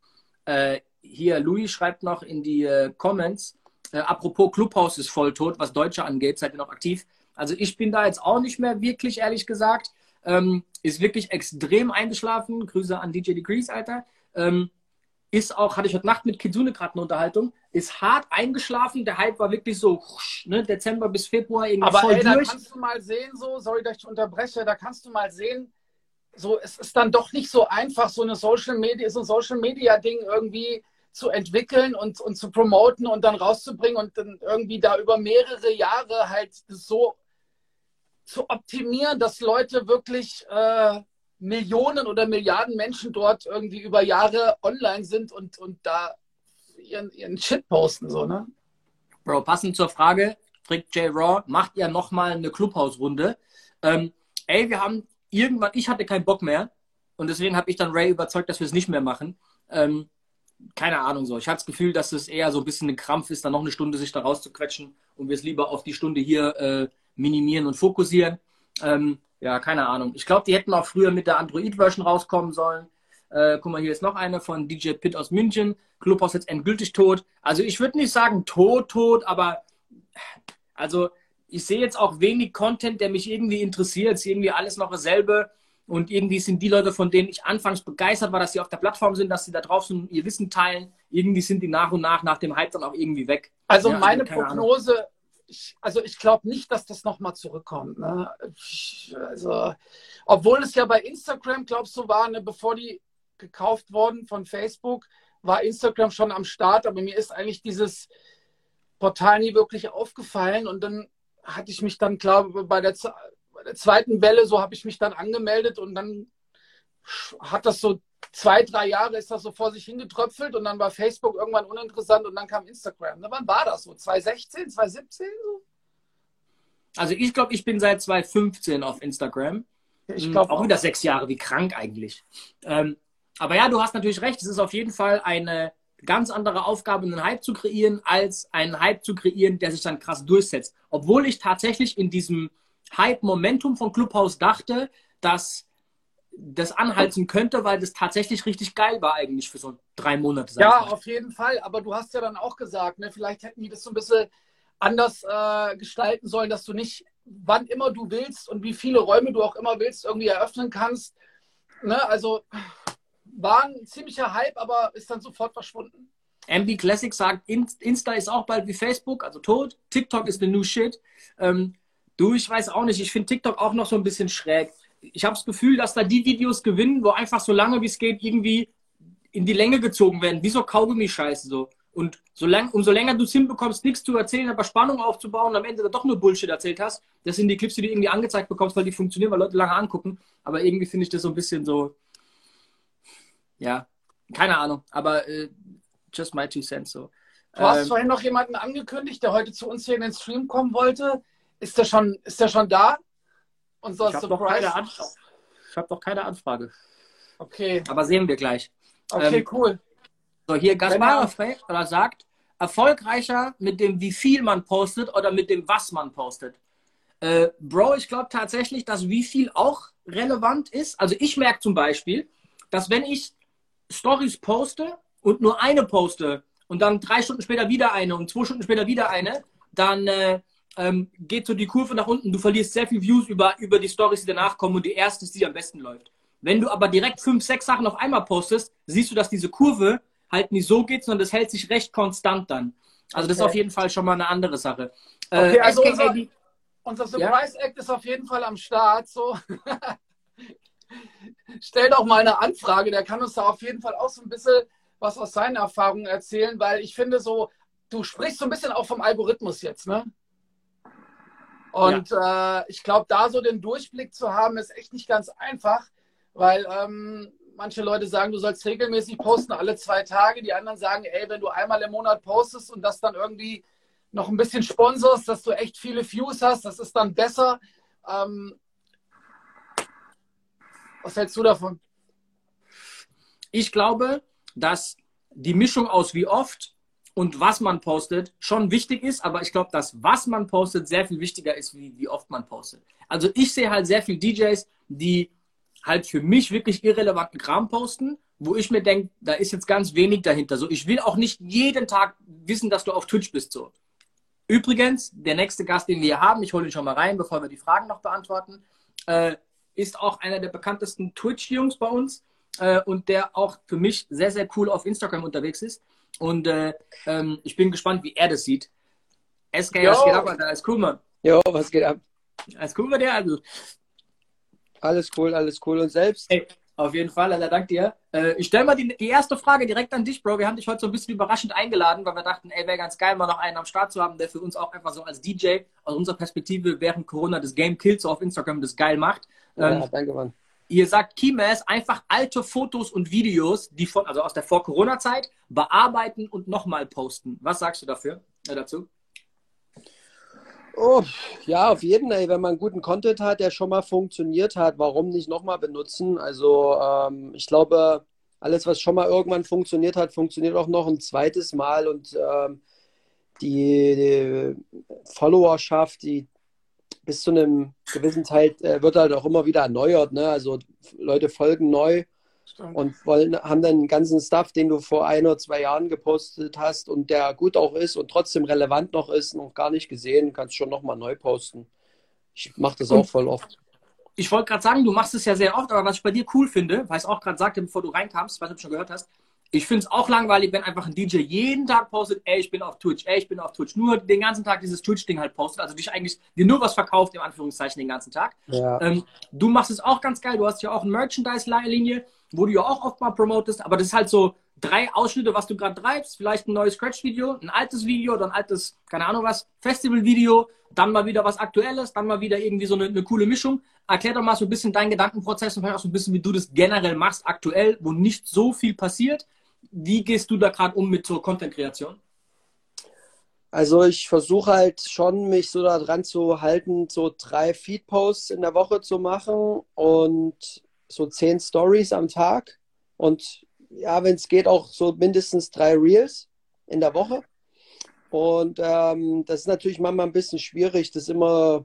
Äh, hier, Louis schreibt noch in die äh, Comments, äh, apropos Clubhouse ist voll tot, was Deutsche angeht, seid ihr noch aktiv? Also ich bin da jetzt auch nicht mehr wirklich, ehrlich gesagt. Ähm, ist wirklich extrem eingeschlafen. Grüße an D J Degrees, Alter. Ähm, ist auch, hatte ich heute Nacht mit Kitsune gerade eine Unterhaltung, ist hart eingeschlafen. Der Hype war wirklich so, ne, Dezember bis Februar irgendwie aber voll ey, durch. Da kannst du mal sehen, so, sorry, dass ich unterbreche, da kannst du mal sehen, so, es ist dann doch nicht so einfach, so eine Social Media, so ein Social Media Ding irgendwie zu entwickeln und, und zu promoten und dann rauszubringen und dann irgendwie da über mehrere Jahre halt das so zu optimieren, dass Leute wirklich äh, Millionen oder Milliarden Menschen dort irgendwie über Jahre online sind und, und da ihren, ihren Shit posten, so, ne? Bro, passend zur Frage, fragt J. Raw, macht ihr nochmal eine Clubhouse-Runde? Ähm, ey, wir haben irgendwann, ich hatte keinen Bock mehr und deswegen habe ich dann Ray überzeugt, dass wir es nicht mehr machen. Ähm, keine Ahnung so. Ich hatte das Gefühl, dass es eher so ein bisschen ein Krampf ist, dann noch eine Stunde sich da rauszuquetschen und wir es lieber auf die Stunde hier äh, minimieren und fokussieren. Ähm, ja, keine Ahnung. Ich glaube, die hätten auch früher mit der Android-Version rauskommen sollen. Äh, guck mal, hier ist noch eine von D J Pitt aus München. Clubhouse jetzt endgültig tot. Also ich würde nicht sagen tot, tot, aber also ich sehe jetzt auch wenig Content, der mich irgendwie interessiert. Es ist irgendwie alles noch dasselbe. Und irgendwie sind die Leute, von denen ich anfangs begeistert war, dass sie auf der Plattform sind, dass sie da drauf sind, ihr Wissen teilen. Irgendwie sind die nach und nach nach dem Hype dann auch irgendwie weg. Also ja, meine also Prognose, ich, also ich glaube nicht, dass das nochmal zurückkommt. Ne? Ich, also, obwohl es ja bei Instagram, glaubst du, war, ne, bevor die gekauft wurden von Facebook, war Instagram schon am Start. Aber mir ist eigentlich dieses Portal nie wirklich aufgefallen. Und dann hatte ich mich dann, glaube ich, bei der bei der zweiten Welle, so habe ich mich dann angemeldet und dann hat das so zwei, drei Jahre ist das so vor sich hingetröpfelt und dann war Facebook irgendwann uninteressant und dann kam Instagram. Na, wann war das so? zwanzig sechzehn, zwanzig siebzehn? So? Also ich glaube, ich bin seit zwanzig fünfzehn auf Instagram. Ich glaube auch, auch wieder sechs Jahre, wie krank eigentlich. Ähm, aber ja, du hast natürlich recht, es ist auf jeden Fall eine ganz andere Aufgabe, einen Hype zu kreieren, als einen Hype zu kreieren, der sich dann krass durchsetzt. Obwohl ich tatsächlich in diesem Hype-Momentum von Clubhouse dachte, dass das anhalten könnte, weil das tatsächlich richtig geil war eigentlich für so drei Monate. Ja, auf jeden Fall. Aber du hast ja dann auch gesagt, ne, vielleicht hätten die das so ein bisschen anders äh, gestalten sollen, dass du nicht, wann immer du willst und wie viele Räume du auch immer willst, irgendwie eröffnen kannst. Ne? Also war ein ziemlicher Hype, aber ist dann sofort verschwunden. M B Classic sagt, Insta ist auch bald wie Facebook, also tot. TikTok ist the new shit. Ähm, du, ich weiß auch nicht, ich finde TikTok auch noch so ein bisschen schräg. Ich habe das Gefühl, dass da die Videos gewinnen, wo einfach so lange wie es geht irgendwie in die Länge gezogen werden, wie so Kaugummi-Scheiße so. Und so lang, umso länger du es hinbekommst, nichts zu erzählen, aber Spannung aufzubauen und am Ende doch nur Bullshit erzählt hast, das sind die Clips, die du irgendwie angezeigt bekommst, weil die funktionieren, weil Leute lange angucken. Aber irgendwie finde ich das so ein bisschen so, ja, keine Ahnung, aber äh, just my two cents so. Du hast ähm, vorhin noch jemanden angekündigt, der heute zu uns hier in den Stream kommen wollte. Ist der schon, ist der schon da? Unser ich habe noch, hab noch keine Anfrage. Okay. Aber sehen wir gleich. Okay, ähm, cool. So, hier Gaspar fragt oder sagt, erfolgreicher mit dem, wie viel man postet oder mit dem, was man postet. Äh, Bro, ich glaube tatsächlich, dass wie viel auch relevant ist. Also ich merke zum Beispiel, dass wenn ich Stories poste und nur eine poste und dann drei Stunden später wieder eine und zwei Stunden später wieder eine, dann äh, ähm, geht so die Kurve nach unten. Du verlierst sehr viel Views über, über die Stories, die danach kommen und die erste ist, die am besten läuft. Wenn du aber direkt fünf, sechs Sachen auf einmal postest, siehst du, dass diese Kurve halt nicht so geht, sondern das hält sich recht konstant dann. Also das okay. ist auf jeden Fall schon mal eine andere Sache. Okay, äh, also S K unser, A D, unser Surprise ja? Act ist auf jeden Fall am Start. So. Stell doch mal eine Anfrage, der kann uns da auf jeden Fall auch so ein bisschen was aus seinen Erfahrungen erzählen, weil ich finde so, du sprichst so ein bisschen auch vom Algorithmus jetzt, ne? Und ja. äh, ich glaube, da so den Durchblick zu haben, ist echt nicht ganz einfach, weil ähm, manche Leute sagen, du sollst regelmäßig posten, alle zwei Tage. Die anderen sagen, ey, wenn du einmal im Monat postest und das dann irgendwie noch ein bisschen sponsorst, dass du echt viele Views hast, das ist dann besser. Ähm, was hältst du davon? Ich glaube, dass die Mischung aus wie oft und was man postet schon wichtig ist, aber ich glaube, dass was man postet sehr viel wichtiger ist, wie, wie oft man postet. Also ich sehe halt sehr viele D Js, die halt für mich wirklich irrelevanten Kram posten, wo ich mir denke, da ist jetzt ganz wenig dahinter. So, ich will auch nicht jeden Tag wissen, dass du auf Twitch bist. So. Übrigens, der nächste Gast, den wir hier haben, ich hole ihn schon mal rein, bevor wir die Fragen noch beantworten, äh, ist auch einer der bekanntesten Twitch-Jungs bei uns äh, und der auch für mich sehr, sehr cool auf Instagram unterwegs ist. Und äh, ähm, ich bin gespannt, wie er das sieht. S K, was geht ab, Alter? Alles cool, Mann. Jo, was geht ab? Alles cool bei dir, also. Alles cool, alles cool. Und selbst? Hey, auf jeden Fall, Alter, dank dir. Äh, ich stelle mal die, die erste Frage direkt an dich, Bro. Wir haben dich heute so ein bisschen überraschend eingeladen, weil wir dachten, ey, wäre ganz geil, mal noch einen am Start zu haben, der für uns auch einfach so als D J aus unserer Perspektive während Corona das Game killt, so auf Instagram das geil macht. Ja, ähm, danke, Mann. Ihr sagt Kimes einfach alte Fotos und Videos, die von, also aus der Vor-Corona-Zeit, bearbeiten und nochmal posten. Was sagst du dafür, äh, dazu? Oh, ja, auf jeden Fall. Wenn man guten Content hat, der schon mal funktioniert hat, warum nicht nochmal benutzen? Also ähm, ich glaube, alles, was schon mal irgendwann funktioniert hat, funktioniert auch noch ein zweites Mal. Und ähm, die, die Followerschaft, die bis zu einem gewissen Teil äh, wird halt auch immer wieder erneuert. Ne? Also Leute folgen neu. Stimmt. Und wollen, haben dann einen ganzen Stuff, den du vor ein oder zwei Jahren gepostet hast und der gut auch ist und trotzdem relevant noch ist, noch gar nicht gesehen, kannst schon nochmal neu posten. Ich mache das und auch voll oft. Ich wollte gerade sagen, du machst es ja sehr oft, aber was ich bei dir cool finde, weil ich es auch gerade sagte, bevor du reinkamst, ich weiß nicht, ob du schon gehört hast, ich finde es auch langweilig, wenn einfach ein D J jeden Tag postet, ey, ich bin auf Twitch, ey, ich bin auf Twitch. Nur den ganzen Tag dieses Twitch-Ding halt postet, also dich eigentlich, dir nur was verkauft, im Anführungszeichen, den ganzen Tag. Ja. Ähm, du machst es auch ganz geil, du hast ja auch eine Merchandise-Linie, wo du ja auch oft mal promotest, aber das ist halt so drei Ausschnitte, was du gerade treibst, vielleicht ein neues Scratch-Video, ein altes Video oder ein altes, keine Ahnung was, Festival-Video, dann mal wieder was Aktuelles, dann mal wieder irgendwie so eine, eine coole Mischung. Erklär doch mal so ein bisschen deinen Gedankenprozess und vielleicht auch so ein bisschen, wie du das generell machst, aktuell, wo nicht so viel passiert. Wie gehst du da gerade um mit so Content-Kreation? Also ich versuche halt schon, mich so daran zu halten, so drei Feed-Posts in der Woche zu machen und so zehn Stories am Tag. Und ja, wenn es geht, auch so mindestens drei Reels in der Woche. Und ähm, das ist natürlich manchmal ein bisschen schwierig, das immer,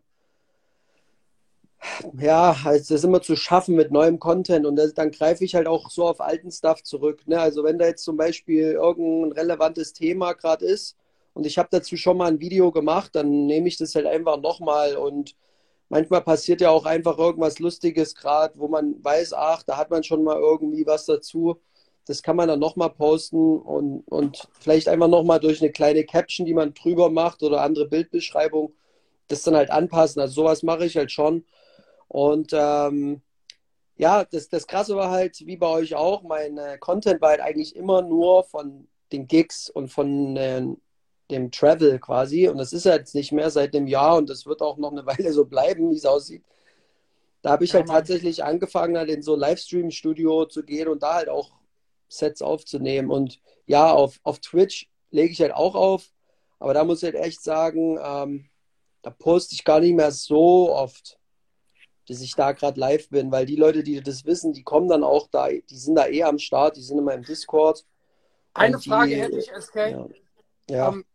ja, das ist immer zu schaffen mit neuem Content. Und das, dann greife ich halt auch so auf alten Stuff zurück. Ne? Also wenn da jetzt zum Beispiel irgendein relevantes Thema gerade ist und ich habe dazu schon mal ein Video gemacht, dann nehme ich das halt einfach nochmal. Und manchmal passiert ja auch einfach irgendwas Lustiges gerade, wo man weiß, ach, da hat man schon mal irgendwie was dazu. Das kann man dann nochmal posten und, und vielleicht einfach nochmal durch eine kleine Caption, die man drüber macht oder andere Bildbeschreibung, das dann halt anpassen. Also sowas mache ich halt schon. Und ähm, ja, das, das Krasse war halt, wie bei euch auch, mein äh, Content war halt eigentlich immer nur von den Gigs und von äh, dem Travel quasi. Und das ist ja jetzt nicht mehr seit einem Jahr und das wird auch noch eine Weile so bleiben, wie es aussieht. Da habe ich Ja, halt Mann. tatsächlich angefangen, halt in so ein Livestream-Studio zu gehen und da halt auch Sets aufzunehmen. Und ja, auf, auf Twitch lege ich halt auch auf. Aber da muss ich halt echt sagen, ähm, da poste ich gar nicht mehr so oft, dass ich da gerade live bin, weil die Leute, die das wissen, die kommen dann auch da, die sind da eh am Start, die sind immer im Discord. Eine Und Frage die, hätte ich, S K. ja, ja. Ähm,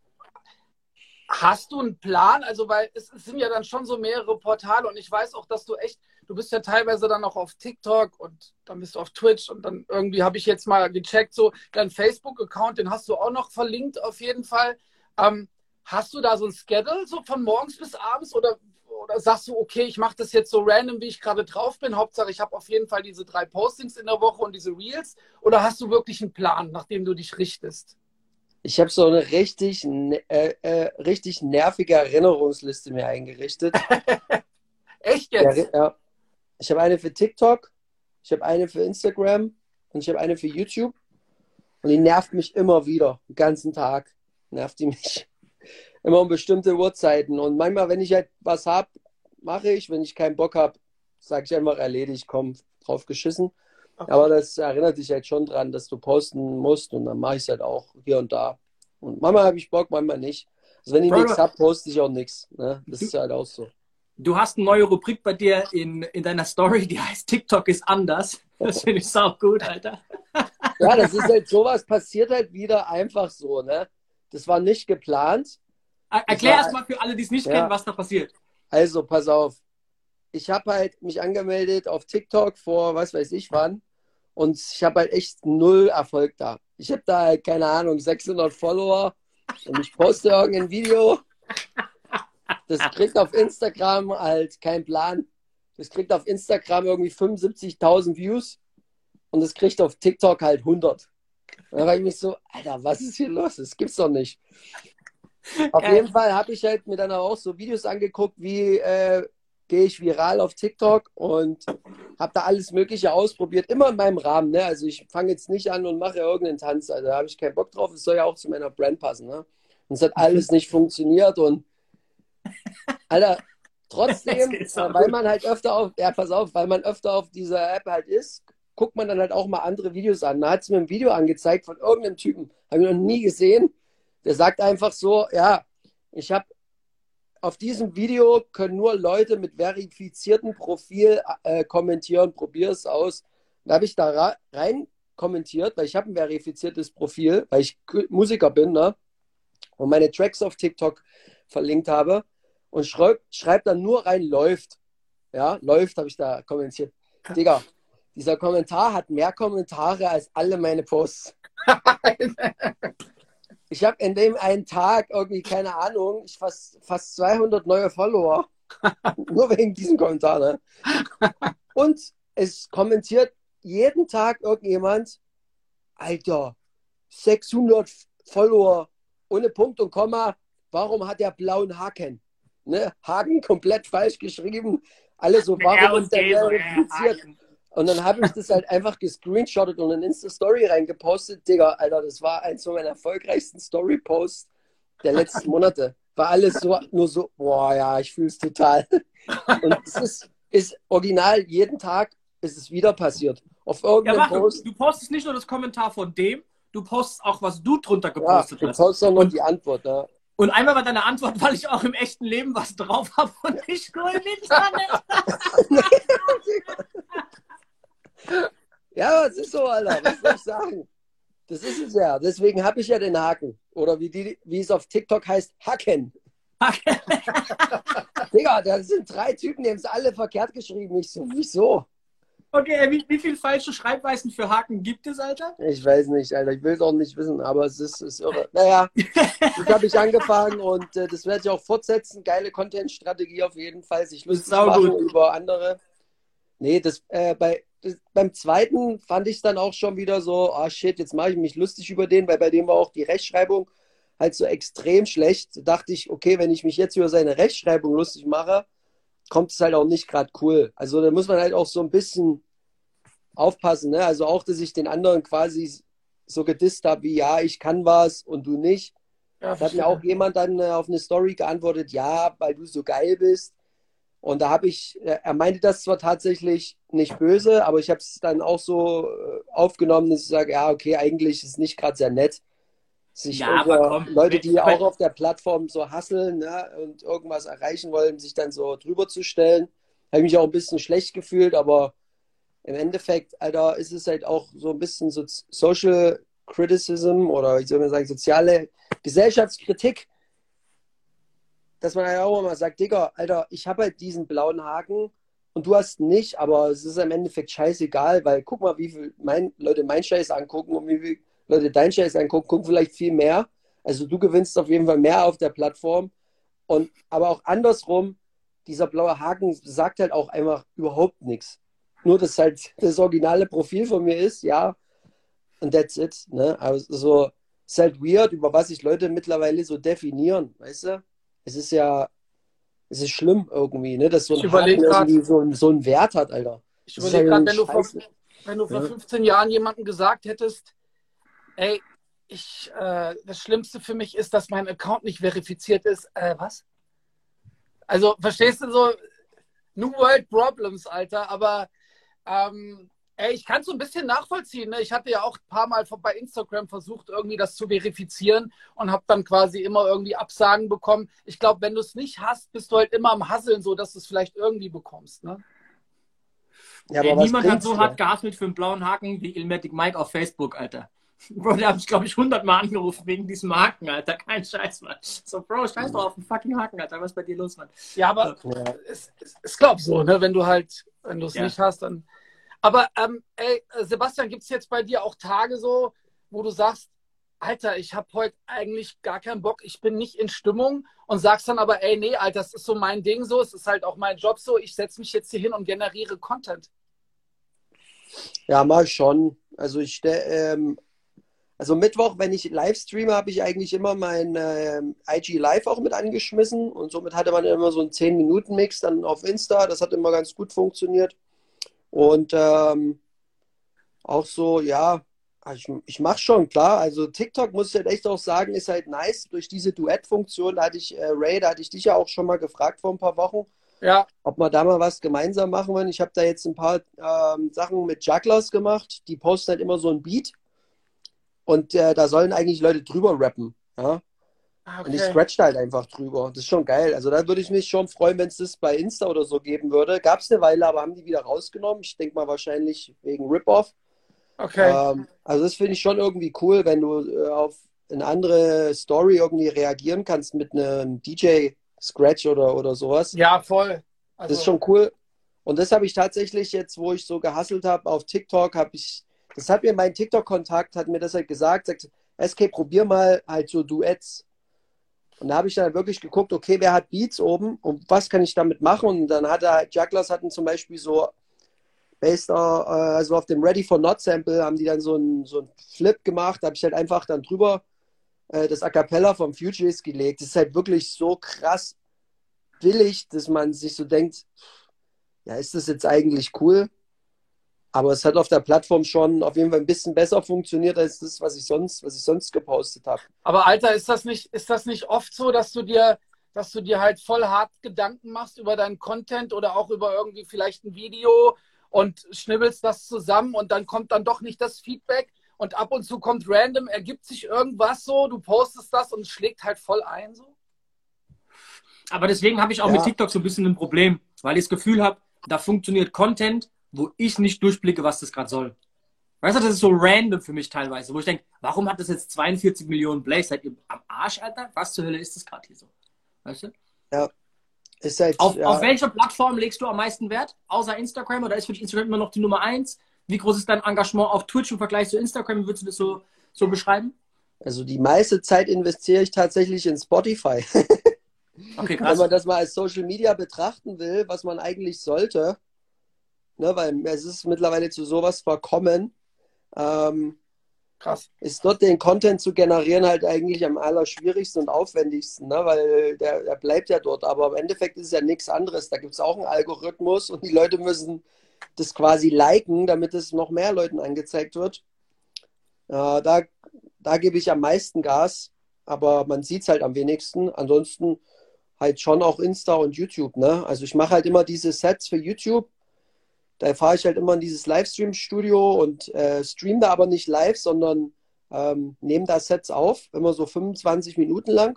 hast du einen Plan? Also, weil es, es sind ja dann schon so mehrere Portale und ich weiß auch, dass du echt, du bist ja teilweise dann auch auf TikTok und dann bist du auf Twitch und dann irgendwie habe ich jetzt mal gecheckt, so dein Facebook-Account, den hast du auch noch verlinkt auf jeden Fall. Ähm, hast du da so ein Schedule so von morgens bis abends oder, oder sagst du, okay, ich mache das jetzt so random, wie ich gerade drauf bin, Hauptsache ich habe auf jeden Fall diese drei Postings in der Woche und diese Reels, oder hast du wirklich einen Plan, nach dem du dich richtest? Ich habe so eine richtig, ne- äh, äh, richtig nervige Erinnerungsliste mir eingerichtet. Echt Ja, jetzt? ja. Ich habe eine für TikTok, ich habe eine für Instagram und ich habe eine für YouTube. Und die nervt mich immer wieder, den ganzen Tag. Nervt die mich. Immer um bestimmte Uhrzeiten. Und manchmal, wenn ich halt was habe, mache ich. Wenn ich keinen Bock habe, sage ich einfach erledigt, komm, drauf geschissen. Okay. Aber das erinnert dich halt schon dran, dass du posten musst. Und dann mache ich es halt auch hier und da. Und manchmal habe ich Bock, manchmal nicht. Also wenn ich Bro, nichts habe, poste ich auch nichts. Ne? Das du, ist halt auch so. du hast eine neue Rubrik bei dir in, in deiner Story, die heißt TikTok ist anders. Das finde ich sau gut, Alter. Ja, das ist halt sowas, passiert halt wieder einfach so. Ne? Das war nicht geplant. Er- Erklär erst mal für alle, die es nicht Ja. kennen, was da passiert. Also, pass auf. Ich habe halt mich angemeldet auf TikTok vor, was weiß ich wann. Und ich habe halt echt null Erfolg da. Ich habe da halt, keine Ahnung, sechshundert Follower. Und ich poste irgendein Video. Das kriegt auf Instagram halt keinen Plan. Das kriegt auf Instagram irgendwie fünfundsiebzigtausend Views. Und das kriegt auf TikTok halt hundert. Und da war ich mich so, Alter, was ist hier los? Das gibt's doch nicht. Auf Geil. jeden Fall habe ich halt mir dann auch so Videos angeguckt, wie äh, gehe ich viral auf TikTok und habe da alles Mögliche ausprobiert, immer in meinem Rahmen. Ne? Also ich fange jetzt nicht an und mache irgendeinen Tanz, also da habe ich keinen Bock drauf. Es soll ja auch zu meiner Brand passen. Ne? Und es hat alles nicht funktioniert und Alter, trotzdem, Das ist auch äh, weil gut. man halt öfter auf, ja pass auf, weil man öfter auf dieser App halt ist, guckt man dann halt auch mal andere Videos an. Da hat es mir ein Video angezeigt von irgendeinem Typen, habe ich noch nie gesehen. Der sagt einfach so, ja, ich habe auf diesem Video können nur Leute mit verifiziertem Profil äh, kommentieren, probier es aus. Da habe ich da rein kommentiert, weil ich habe ein verifiziertes Profil, weil ich Musiker bin, ne? Und meine Tracks auf TikTok verlinkt habe und schreib, schreib dann nur rein, läuft. Ja, läuft, habe ich da kommentiert. Digga, dieser Kommentar hat mehr Kommentare als alle meine Posts. Ich habe in dem einen Tag irgendwie, keine Ahnung, ich fast, fast zweihundert neue Follower. Nur wegen diesem Kommentar. Ne? Und es kommentiert jeden Tag irgendjemand, Alter, sechshundert Follower ohne Punkt und Komma, warum hat der blauen Haken? Ne? Haken komplett falsch geschrieben. Alle so, warum ist der verifiziert? Und dann habe ich das halt einfach gescreenshottet und in Insta-Story reingepostet. Digga, Alter, das war eins von meinen erfolgreichsten Story-Posts der letzten Monate. War alles so, nur so, boah, ja, ich fühle es total. Und es ist, ist original, jeden Tag ist es wieder passiert. Auf Ja, irgendeinem mach, du, Post. du postest nicht nur das Kommentar von dem, du postest auch, was du drunter Ja, gepostet du hast. postest auch noch Und, die Antwort. Ja. und einmal war deine Antwort, weil ich auch im echten Leben was drauf habe und ich scroll nicht Ja, es ist so, Alter. Was soll ich sagen? Das ist es ja. Deswegen habe ich ja den Haken. Oder wie, die, wie es auf TikTok heißt, Hacken. Digga, da sind drei Typen, die haben es alle verkehrt geschrieben. Ich so, wieso? Okay, wie, wie viele falsche Schreibweisen für Haken gibt es, Alter? Ich weiß nicht, Alter. Ich will es auch nicht wissen, aber es ist, ist irre. Naja, das habe ich angefangen und äh, das werde ich auch fortsetzen. Geile Content-Strategie auf jeden Fall. Sich lustig machen über andere. Nee, das, äh, bei, das, beim zweiten fand ich es dann auch schon wieder so, ah shit, jetzt mache ich mich lustig über den, weil bei dem war auch die Rechtschreibung halt so extrem schlecht. Da dachte ich, okay, wenn ich mich jetzt über seine Rechtschreibung lustig mache, kommt es halt auch nicht gerade cool. Also da muss man halt auch so ein bisschen aufpassen, ne? Also auch, dass ich den anderen quasi so gedisst habe, wie ja, ich kann was und du nicht. Ja, da hat mir auch jemand dann äh, auf eine Story geantwortet, ja, weil du so geil bist. Und da habe ich, er meinte das zwar tatsächlich nicht böse, aber ich habe es dann auch so aufgenommen, dass ich sage, ja, okay, eigentlich ist es nicht gerade sehr nett, sich ja, aber komm, Leute, die aber, auch auf der Plattform so hasseln, ne, und irgendwas erreichen wollen, sich dann so drüber zu stellen. Habe ich mich auch ein bisschen schlecht gefühlt, aber im Endeffekt, Alter, ist es halt auch so ein bisschen so Social Criticism oder wie soll man sagen, soziale Gesellschaftskritik, dass man halt auch immer sagt, Digga, Alter, ich habe halt diesen blauen Haken und du hast nicht, aber es ist im Endeffekt scheißegal, weil guck mal, wie viele mein, Leute mein Scheiß angucken und wie viele Leute dein Scheiß angucken, gucken vielleicht viel mehr. Also du gewinnst auf jeden Fall mehr auf der Plattform. Und aber auch andersrum, dieser blaue Haken sagt halt auch einfach überhaupt nichts. Nur, dass halt das originale Profil von mir ist, ja, und that's it. Ne? Also so, es ist halt weird, über was sich Leute mittlerweile so definieren, weißt du? Es ist ja, es ist schlimm irgendwie, ne, dass so ein Haken irgendwie so, so einen Wert hat, Alter. Ich überlege gerade, wenn, du vor, wenn du vor ja. fünfzehn Jahren jemandem gesagt hättest, ey, ich, äh, das Schlimmste für mich ist, dass mein Account nicht verifiziert ist. Äh, was? Also, verstehst du so, New World Problems, Alter, aber ähm, ey, ich kann es so ein bisschen nachvollziehen. Ne? Ich hatte ja auch ein paar Mal bei Instagram versucht, irgendwie das zu verifizieren und habe dann quasi immer irgendwie Absagen bekommen. Ich glaube, wenn du es nicht hast, bist du halt immer am Hasseln, so dass du es vielleicht irgendwie bekommst. Ne? Ja, aber ey, niemand hat so hart gehasselt für einen blauen Haken wie Ilmatic Mike auf Facebook, Alter. Bro, der hat mich, glaube ich, hundertmal angerufen wegen diesem Haken, Alter. Kein Scheiß, Mann. So, Bro, scheiß doch auf den fucking Haken, Alter. Was ist bei dir los, Mann? Ja, aber ja. es ist, glaube so, ne? Wenn du halt, wenn du es ja. nicht hast, dann... Aber, ähm, ey, Sebastian, gibt es jetzt bei dir auch Tage so, wo du sagst, Alter, ich habe heute eigentlich gar keinen Bock, ich bin nicht in Stimmung und sagst dann aber, ey, nee, Alter, das ist so mein Ding so, es ist halt auch mein Job so, ich setze mich jetzt hier hin und generiere Content. Ja, mal schon. Also ich, ähm, also Mittwoch, wenn ich live streame, habe ich eigentlich immer mein ähm, I G Live auch mit angeschmissen und somit hatte man immer so einen zehn Minuten Mix dann auf Insta, das hat immer ganz gut funktioniert. Und ähm, auch so, ja, ich, ich mache schon, klar. Also TikTok, muss ich halt echt auch sagen, ist halt nice. Durch diese Duett-Funktion, da hatte ich, äh, Ray, da hatte ich dich ja auch schon mal gefragt vor ein paar Wochen, ja. ob wir da mal was gemeinsam machen wollen. Ich habe da jetzt ein paar ähm, Sachen mit Jugglers gemacht. Die posten halt immer so ein Beat. Und äh, da sollen eigentlich Leute drüber rappen. Ja? Okay. Und ich scratch da halt einfach drüber. Das ist schon geil. Also da würde ich mich schon freuen, wenn es das bei Insta oder so geben würde. Gab es eine Weile, aber haben die wieder rausgenommen. Ich denke mal wahrscheinlich wegen Rip-Off. Okay. Ähm, also das finde ich schon irgendwie cool, wenn du äh, auf eine andere Story irgendwie reagieren kannst mit einem D J-Scratch oder, oder sowas. Ja, voll. Also, das ist schon cool. Und das habe ich tatsächlich jetzt, wo ich so gehustelt habe auf TikTok, habe ich, das hat mir mein TikTok-Kontakt, hat mir das halt gesagt, sagt, S K, probier mal halt so Duets. Und da habe ich dann wirklich geguckt, okay, wer hat Beats oben und was kann ich damit machen? Und dann hat er halt, Jugglers hatten zum Beispiel so, based, uh, also auf dem Ready for Not Sample haben die dann so einen so ein Flip gemacht, da habe ich halt einfach dann drüber äh, das A Cappella vom Fugees gelegt. Das ist halt wirklich so krass billig, dass man sich so denkt, ja, ist das jetzt eigentlich cool? Aber es hat auf der Plattform schon auf jeden Fall ein bisschen besser funktioniert als das, was ich sonst, was ich sonst gepostet habe. Aber Alter, ist das nicht, ist das nicht oft so, dass du dir, dass du dir halt voll hart Gedanken machst über deinen Content oder auch über irgendwie vielleicht ein Video und schnibbelst das zusammen und dann kommt dann doch nicht das Feedback und ab und zu kommt random, ergibt sich irgendwas so, du postest das und es schlägt halt voll ein so? Aber deswegen habe ich auch Ja. mit TikTok so ein bisschen ein Problem, weil ich das Gefühl habe, da funktioniert Content, wo ich nicht durchblicke, was das gerade soll. Weißt du, das ist so random für mich teilweise, wo ich denke, warum hat das jetzt zweiundvierzig Millionen Plays? Seid ihr am Arsch, Alter? Was zur Hölle ist das gerade hier so? Weißt du? Ja. Ist halt, Auf, ja, auf welcher Plattform legst du am meisten Wert? Außer Instagram? Oder ist für dich Instagram immer noch die Nummer eins? Wie groß ist dein Engagement auf Twitch im Vergleich zu Instagram? Wie würdest du das so, so beschreiben? also die meiste Zeit investiere ich tatsächlich in Spotify. Okay, Wenn krass. man das mal als Social Media betrachten will, was man eigentlich sollte, ne, weil es ist mittlerweile zu sowas verkommen, ähm, Krass. ist dort den Content zu generieren halt eigentlich am allerschwierigsten und aufwendigsten, ne, weil der, der bleibt ja dort. Aber im Endeffekt ist es ja nichts anderes. Da gibt es auch einen Algorithmus und die Leute müssen das quasi liken, damit es noch mehr Leuten angezeigt wird. Äh, da, da gebe ich am meisten Gas, aber man sieht es halt am wenigsten. Ansonsten halt schon auch Insta und YouTube, ne? Also ich mache halt immer diese Sets für YouTube. Da fahre ich halt immer in dieses Livestream-Studio und äh, stream da aber nicht live, sondern ähm, nehme da Sets auf, immer so fünfundzwanzig Minuten lang.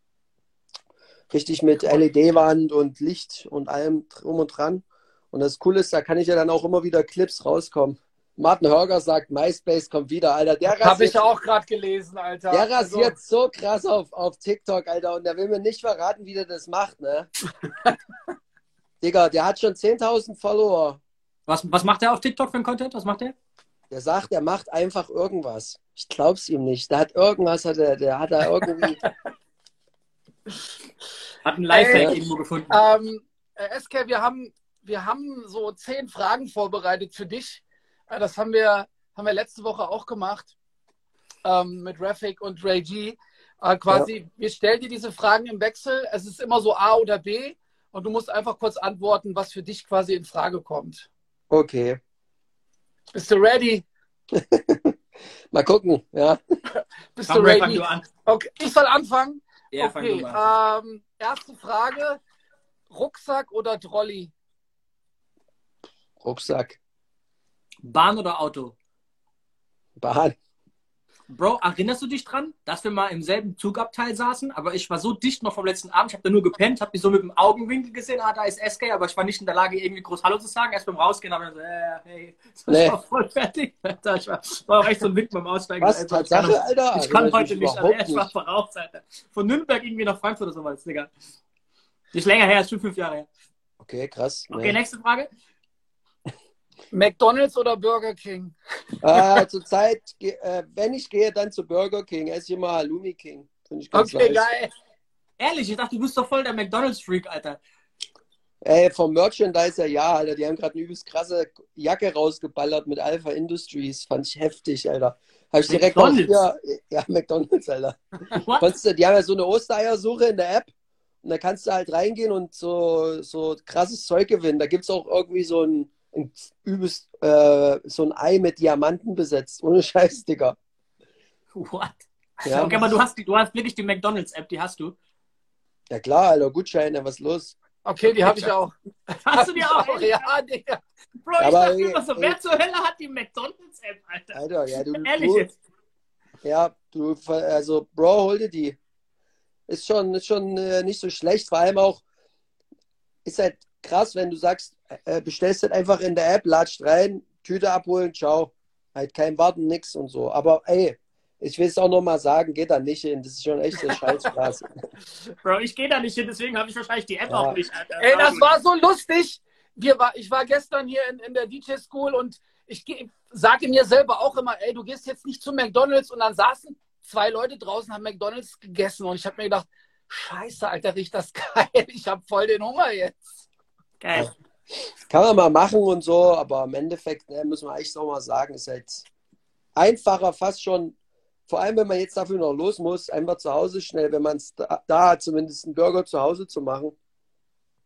Richtig mit L E D-Wand und Licht und allem drum und dran. Und das Coole ist, da kann ich ja dann auch immer wieder Clips rauskommen. Martin Hörger sagt, MySpace kommt wieder, Alter. Der Habe rasiert, ich auch gerade gelesen, Alter. der Also, rasiert so krass auf, auf TikTok, Alter. Und der will mir nicht verraten, wie der das macht, ne? Digga, der hat schon zehntausend Follower. Was, was macht er auf TikTok für ein Content? Was macht er? Der sagt, er macht einfach irgendwas. Ich glaub's ihm nicht. Der hat irgendwas, hat er, der hat da irgendwie. Hat einen Lifehack Ey, irgendwo gefunden. ähm, äh, S K, wir haben, wir haben so zehn Fragen vorbereitet für dich. Äh, Das haben wir, haben wir letzte Woche auch gemacht ähm, mit Rafik und Ray G. Äh, quasi, wir stellen dir diese Fragen im Wechsel. Es ist immer so A oder B und du musst einfach kurz antworten, was für dich quasi in Frage kommt. Okay. Bist du ready? Mal gucken, ja. Bist Komm, du Ray, fang ready? du an. Okay, ich soll anfangen. Ja, fang du Okay, mal an. ähm, erste Frage. Rucksack oder Trolley? Rucksack, Bahn oder Auto? Bahn. Bro, erinnerst du dich dran, dass wir mal im selben Zugabteil saßen, aber ich war so dicht noch vom letzten Abend, ich habe da nur gepennt, habe mich so mit dem Augenwinkel gesehen, ah, da ist S K, aber ich war nicht in der Lage, irgendwie groß Hallo zu sagen. Erst beim Rausgehen habe ich so, äh, hey, ich Nee. war voll fertig. Alter, ich war, war auch echt so ein Wink beim Aussteigen. Was? Alter, ich kann, Tatsache, Alter? ich kann Erinnere heute mich nicht, Alter, überhaupt ich war nicht. voraus, Alter. Von Nürnberg irgendwie nach Frankfurt oder so was, Digga. Nicht länger her, ist schon fünf Jahre her. Okay, krass. Okay, Nee. nächste Frage. McDonald's oder Burger King? Äh, Zurzeit, ge- äh, wenn ich gehe, dann zu Burger King. Esse ich immer Halloumi King. Finde ich ganz Okay, nice. geil. Ehrlich, ich dachte, du bist doch voll der McDonalds-Freak, Alter. Ey, vom Merchandiser, ja, Alter. Die haben gerade eine übelst krasse Jacke rausgeballert mit Alpha Industries. Fand ich heftig, Alter. Habe ich direkt auf McDonald's? hier, ja, McDonalds, Alter. What? Konntest du, die haben ja so eine Ostereiersuche in der App. Und da kannst du halt reingehen und so, so krasses Zeug gewinnen. Da gibt es auch irgendwie so ein, ein übelst, äh, so ein Ei mit Diamanten besetzt. Ohne Scheiß, Digga. What? Ja, Okay, aber du hast, die- du hast wirklich die McDonalds-App, die hast du. ja klar, Alter. Gutscheine, was los? Okay, die habe ich auch. Hast du die auch? auch? Ja, Digga. Bro, ich Aber, dachte immer so, ey, wer zur Hölle hat die McDonalds-App, Alter? Alter, ja, du, Ehrlich du, jetzt. ja, du, also, Bro, hol dir die. Ist schon, ist schon äh, nicht so schlecht. Vor allem auch, ist halt krass, wenn du sagst, äh, bestellst halt einfach in der App, latscht rein, Tüte abholen, ciao. Halt kein Warten, nix und so. Aber ey, ich will es auch nochmal sagen, geht da nicht hin. Das ist schon echt der Scheißspaß. Bro, ich gehe da nicht hin, deswegen habe ich wahrscheinlich die App Ja. auch nicht, Alter. Ey, das war so lustig. Wir war, ich war gestern hier in, in der D J-School und ich geh- sage mir selber auch immer, ey, du gehst jetzt nicht zu McDonalds. Und dann saßen zwei Leute draußen, haben McDonalds gegessen und ich habe mir gedacht, scheiße, Alter, riecht das geil. Ich habe voll den Hunger jetzt. Geil. Kann man mal machen und so, aber im Endeffekt, ne, müssen wir echt auch mal sagen, ist halt einfacher, fast schon, vor allem wenn man jetzt dafür noch los muss, einfach zu Hause schnell, wenn man es da, da hat, zumindest einen Burger zu Hause zu machen.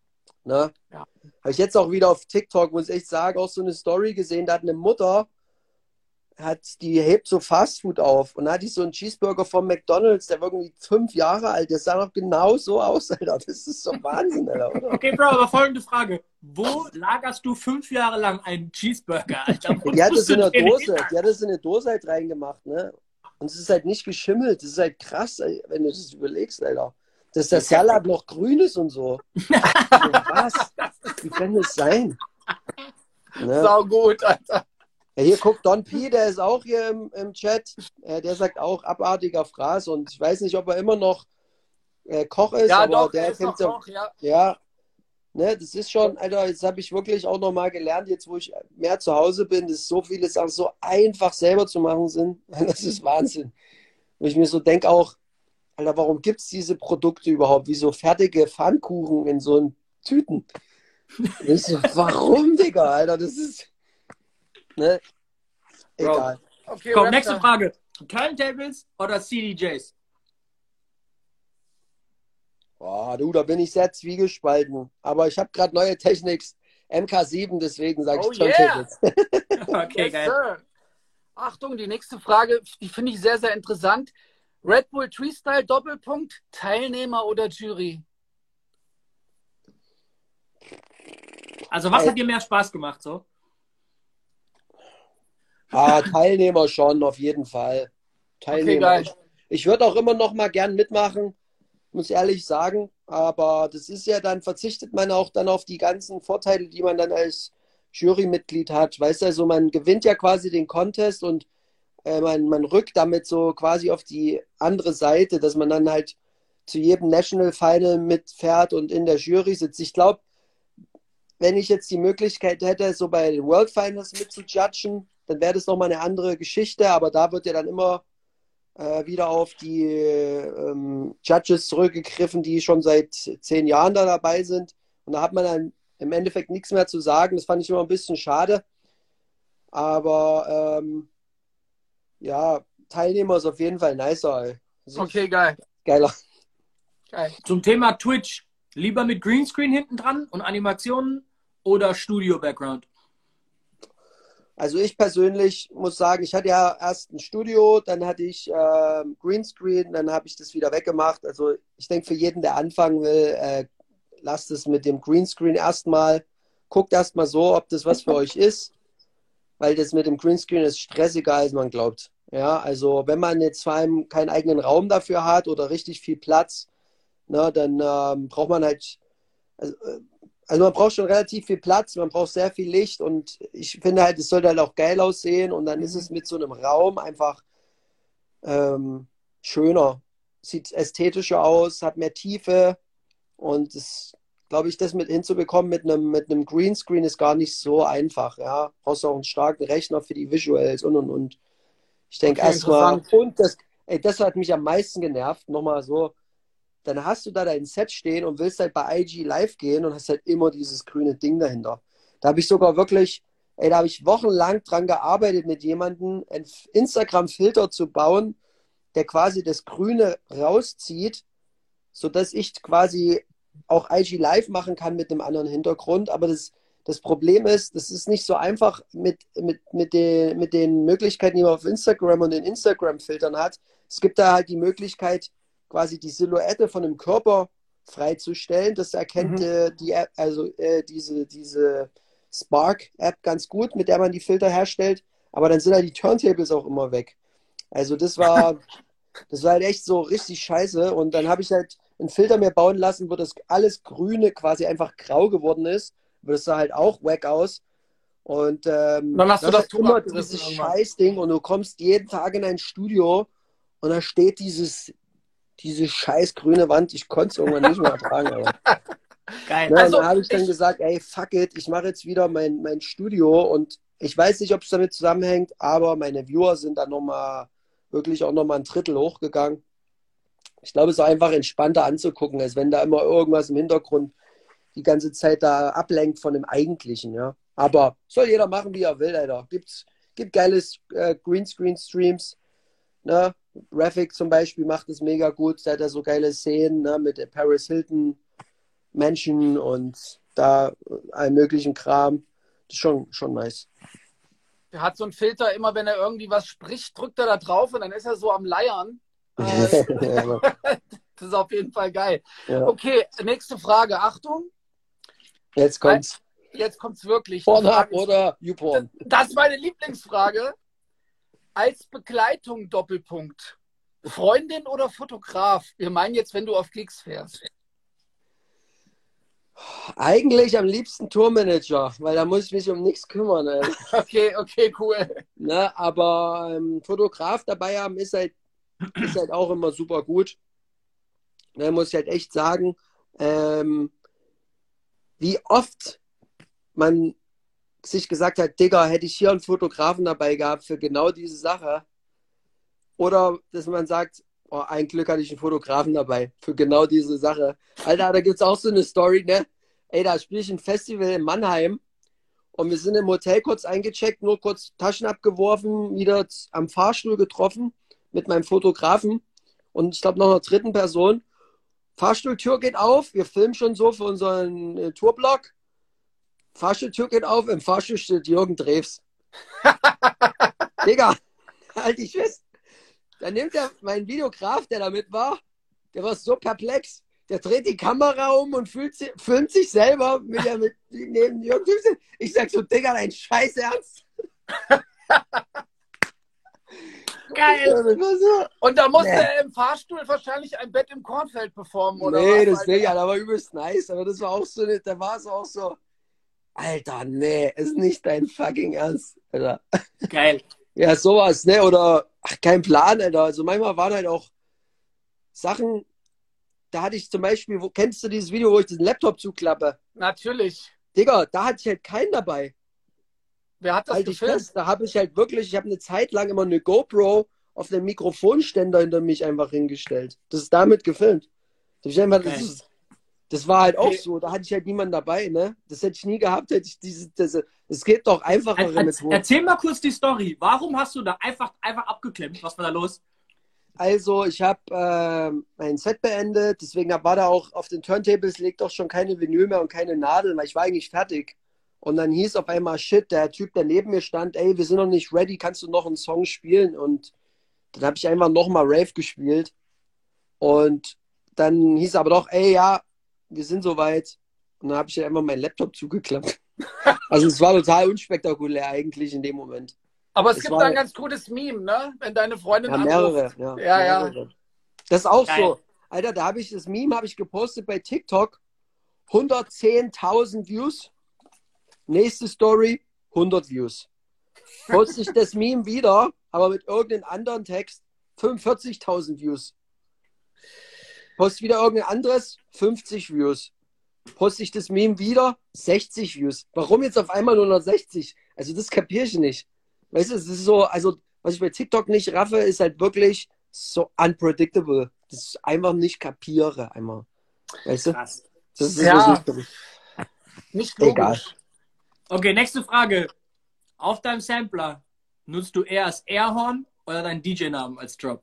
Ne? Ja. Habe ich jetzt auch wieder auf TikTok, muss ich echt sagen, auch so eine Story gesehen, da hat eine Mutter, hat, die hebt so Fastfood auf und da hatte ich so einen Cheeseburger von McDonald's, der war irgendwie fünf Jahre alt, der sah noch genau so aus, Alter. Das ist so Wahnsinn, Alter, oder? Okay, Bro, aber folgende Frage. Wo lagerst du fünf Jahre lang einen Cheeseburger, Alter? Wo Die hat es tust in du der den Dose, hin? die hat es in eine Dose halt reingemacht, ne? Und es ist halt nicht geschimmelt, das ist halt krass, ey, wenn du das überlegst, Alter. Dass der Salat noch grün ist und so. Also, was? Wie kann das sein? Ne? Sau gut, Alter. Ja, hier guckt Don P, der ist auch hier im, im Chat. Äh, der sagt auch abartiger Fraß und ich weiß nicht, ob er immer noch äh, Koch ist, Ja, aber doch, der er ist noch kennt ja, Koch, ja. ja, ne, das ist schon, Alter, jetzt habe ich wirklich auch nochmal gelernt, jetzt wo ich mehr zu Hause bin, dass so viele Sachen so einfach selber zu machen sind. Das ist Wahnsinn. Und ich mir so denke auch, Alter, warum gibt es diese Produkte überhaupt? Wie so fertige Pfannkuchen in so einen Tüten? Und ich so, warum, Digga, Alter? Das ist, ne, egal. Okay, Komm, Raptor. nächste Frage. Turntables oder C D Js? Boah, du, da bin ich sehr zwiegespalten. Aber ich habe gerade neue Technik, M K sieben, deswegen sage Oh ich yeah! Turntables. Okay, Yes, geil. sir. Achtung, die nächste Frage, die finde ich sehr, sehr interessant. Red Bull Freestyle Doppelpunkt, Teilnehmer oder Jury? Also, was Ey. hat dir mehr Spaß gemacht, so? Ah, Teilnehmer schon, auf jeden Fall. Teilnehmer. geil. Ich, ich würde auch immer noch mal gern mitmachen, muss ehrlich sagen. Aber das ist ja, dann verzichtet man auch dann auf die ganzen Vorteile, die man dann als Jurymitglied hat. Weißt du, also man gewinnt ja quasi den Contest und äh, man, man rückt damit so quasi auf die andere Seite, dass man dann halt zu jedem National Final mitfährt und in der Jury sitzt. Ich glaube, wenn ich jetzt die Möglichkeit hätte, so bei den World Finals mitzujudgen, dann wäre das nochmal eine andere Geschichte, aber da wird ja dann immer äh, wieder auf die ähm, Judges zurückgegriffen, die schon seit zehn Jahren da dabei sind. Und da hat man dann im Endeffekt nichts mehr zu sagen. Das fand ich immer ein bisschen schade. Aber ähm, ja, Teilnehmer ist auf jeden Fall nicer. Ey. Also, Okay, geil. Geiler. Geil. Zum Thema Twitch. Lieber mit Greenscreen hinten dran und Animationen oder Studio-Background? Also ich persönlich muss sagen, ich hatte ja erst ein Studio, dann hatte ich äh, Greenscreen, dann habe ich das wieder weggemacht. Also ich denke, für jeden, der anfangen will, äh, lasst es mit dem Greenscreen erstmal. Guckt erstmal so, ob das was für euch ist, weil das mit dem Greenscreen ist stressiger, als man glaubt. Ja, also wenn man jetzt vor allem keinen eigenen Raum dafür hat oder richtig viel Platz, ne, dann ähm, braucht man halt, also, also man braucht schon relativ viel Platz, man braucht sehr viel Licht und ich finde halt, es sollte halt auch geil aussehen und dann ist es mit so einem Raum einfach ähm, schöner, sieht ästhetischer aus, hat mehr Tiefe und das, glaube ich, das mit hinzubekommen mit einem, mit einem Greenscreen ist gar nicht so einfach, ja. Brauchst auch einen starken Rechner für die Visuals und und und. Ich denke Okay, erstmal, interessant. und das, ey, das hat mich am meisten genervt, nochmal so, dann hast du da dein Set stehen und willst halt bei I G live gehen und hast halt immer dieses grüne Ding dahinter. Da habe ich sogar wirklich, ey, da habe ich wochenlang dran gearbeitet, mit jemandem einen Instagram-Filter zu bauen, der quasi das Grüne rauszieht, sodass ich quasi auch I G live machen kann mit einem anderen Hintergrund. Aber das, das Problem ist, das ist nicht so einfach mit, mit, mit, den, mit den Möglichkeiten, die man auf Instagram und den Instagram-Filtern hat. Es gibt da halt die Möglichkeit, quasi die Silhouette von dem Körper freizustellen. Das erkennt Mhm. äh, die App, also äh, diese, diese Spark-App ganz gut, mit der man die Filter herstellt. Aber dann sind halt die Turntables auch immer weg. Also das war, das war halt echt so richtig scheiße. Und dann habe ich halt einen Filter mir bauen lassen, wo das alles Grüne quasi einfach grau geworden ist. Aber das sah halt auch wack aus. Und ähm, Dann hast du das ist Tuch immer abgerissen dieses irgendwann. Scheißding und du kommst jeden Tag in ein Studio und da steht dieses diese scheiß grüne Wand, ich konnte es irgendwann nicht mehr ertragen. Aber. Geil. Ja, Also, und da habe ich dann ich- gesagt, ey, fuck it, ich mache jetzt wieder mein, mein Studio und ich weiß nicht, ob es damit zusammenhängt, aber meine Viewer sind dann nochmal, wirklich auch nochmal ein Drittel hochgegangen. Ich glaube, es ist einfach entspannter anzugucken, als wenn da immer irgendwas im Hintergrund die ganze Zeit da ablenkt von dem Eigentlichen, ja. Aber soll jeder machen, wie er will, Alter. Gibt's, gibt geile äh, Greenscreen-Streams, ne? Raffic zum Beispiel macht es mega gut, da hat er so geile Szenen, ne? Mit der Paris Hilton Menschen und da allen möglichen Kram. Das ist schon, schon nice. Der hat so einen Filter, immer wenn er irgendwie was spricht, drückt er da drauf und dann ist er so am Leiern. Äh, das ist auf jeden Fall geil. Ja. Okay, nächste Frage. Achtung. Jetzt kommt's. Jetzt kommt's wirklich. Pornhub oder YouPorn? Das ist meine Lieblingsfrage. Als Begleitung Doppelpunkt. Freundin oder Fotograf? Wir meinen jetzt, wenn du auf Gigs fährst. Eigentlich am liebsten Tourmanager, weil da muss ich mich um nichts kümmern. Ey. Okay, okay, cool. Ne, aber ähm, Fotograf dabei haben ist halt, ist halt auch immer super gut. Da muss ich halt echt sagen, ähm, wie oft man sich gesagt hat, Digga, hätte ich hier einen Fotografen dabei gehabt für genau diese Sache. Oder dass man sagt, oh, ein Glück hatte ich einen Fotografen dabei für genau diese Sache. Alter, da gibt es auch so eine Story, ne? Ey, da spiele ich ein Festival in Mannheim und wir sind im Hotel kurz eingecheckt, nur kurz Taschen abgeworfen, wieder am Fahrstuhl getroffen mit meinem Fotografen und ich glaube noch einer dritten Person. Fahrstuhltür geht auf, wir filmen schon so für unseren äh, Tourblock. Fahrstuhltür geht auf, im Fahrstuhl steht Jürgen Drews. Digga, halt dich fest. Dann nimmt er meinen Videograf, der da mit war, der war so perplex, der dreht die Kamera um und fühlt, filmt sich selber mit der, mit, neben Jürgen Drews. Ich sag so, Digga, dein Scheiß Ernst. Geil. So. Und da musste Nee. er im Fahrstuhl wahrscheinlich ein Bett im Kornfeld performen, oder Nee, was? das nicht, ja, das war übelst nice, aber das war auch so, da war es auch so, Alter, nee, ist nicht dein fucking Ernst, Alter. Geil. Ja, sowas, ne, oder, ach, kein Plan, Alter, also manchmal waren halt auch Sachen, da hatte ich zum Beispiel, wo, kennst du dieses Video, wo ich den Laptop zuklappe? Natürlich. Digga, da hatte ich halt keinen dabei. Wer hat das Halt dich gefilmt? fest, da habe ich halt wirklich, ich habe eine Zeit lang immer eine GoPro auf den Mikrofonständer hinter mich einfach hingestellt. Das ist damit gefilmt. Da hab ich einfach, das, Geil. ist, das war halt auch Okay. so, da hatte ich halt niemanden dabei, ne? Das hätte ich nie gehabt, hätte ich diese, diese es geht doch einfachere Er, Methoden. erzähl mal kurz die Story. Warum hast du da einfach, einfach abgeklemmt? Was war da los? Also, ich habe äh, mein Set beendet, deswegen war da auch auf den Turntables liegt auch schon keine Vinyl mehr und keine Nadeln, weil ich war eigentlich fertig. Und dann hieß auf einmal, shit, der Typ, der neben mir stand, ey, wir sind noch nicht ready, kannst du noch einen Song spielen? Und dann habe ich einfach nochmal Rave gespielt. Und dann hieß aber doch, ey, ja, wir sind soweit. Und dann habe ich einfach meinen Laptop zugeklappt. Also es war total unspektakulär eigentlich in dem Moment. Aber es Es gibt war- ein ganz gutes Meme, ne? Wenn deine Freundin Ja, mehrere. anruft. Ja, Ja, ja. mehrere. Das ist auch Geil. so. Alter, da habe ich das Meme habe ich gepostet bei TikTok. hundertzehntausend Views. Nächste Story, hundert Views. Poste ich das Meme wieder, aber mit irgendeinem anderen Text, fünfundvierzigtausend Views. Poste wieder irgendein anderes, fünfzig Views. Poste ich das Meme wieder, sechzig Views. Warum jetzt auf einmal nur noch sechzig? Also das kapiere ich nicht. Weißt du, es ist so, also was ich bei TikTok nicht raffe, ist halt wirklich so unpredictable. Das ist einfach nicht kapiere einmal. Weißt du? Krass. Das ist Ja. so nicht Nicht logisch. Egal. Okay, nächste Frage. Auf deinem Sampler nutzt du eher das Airhorn oder deinen D J-Namen als Drop?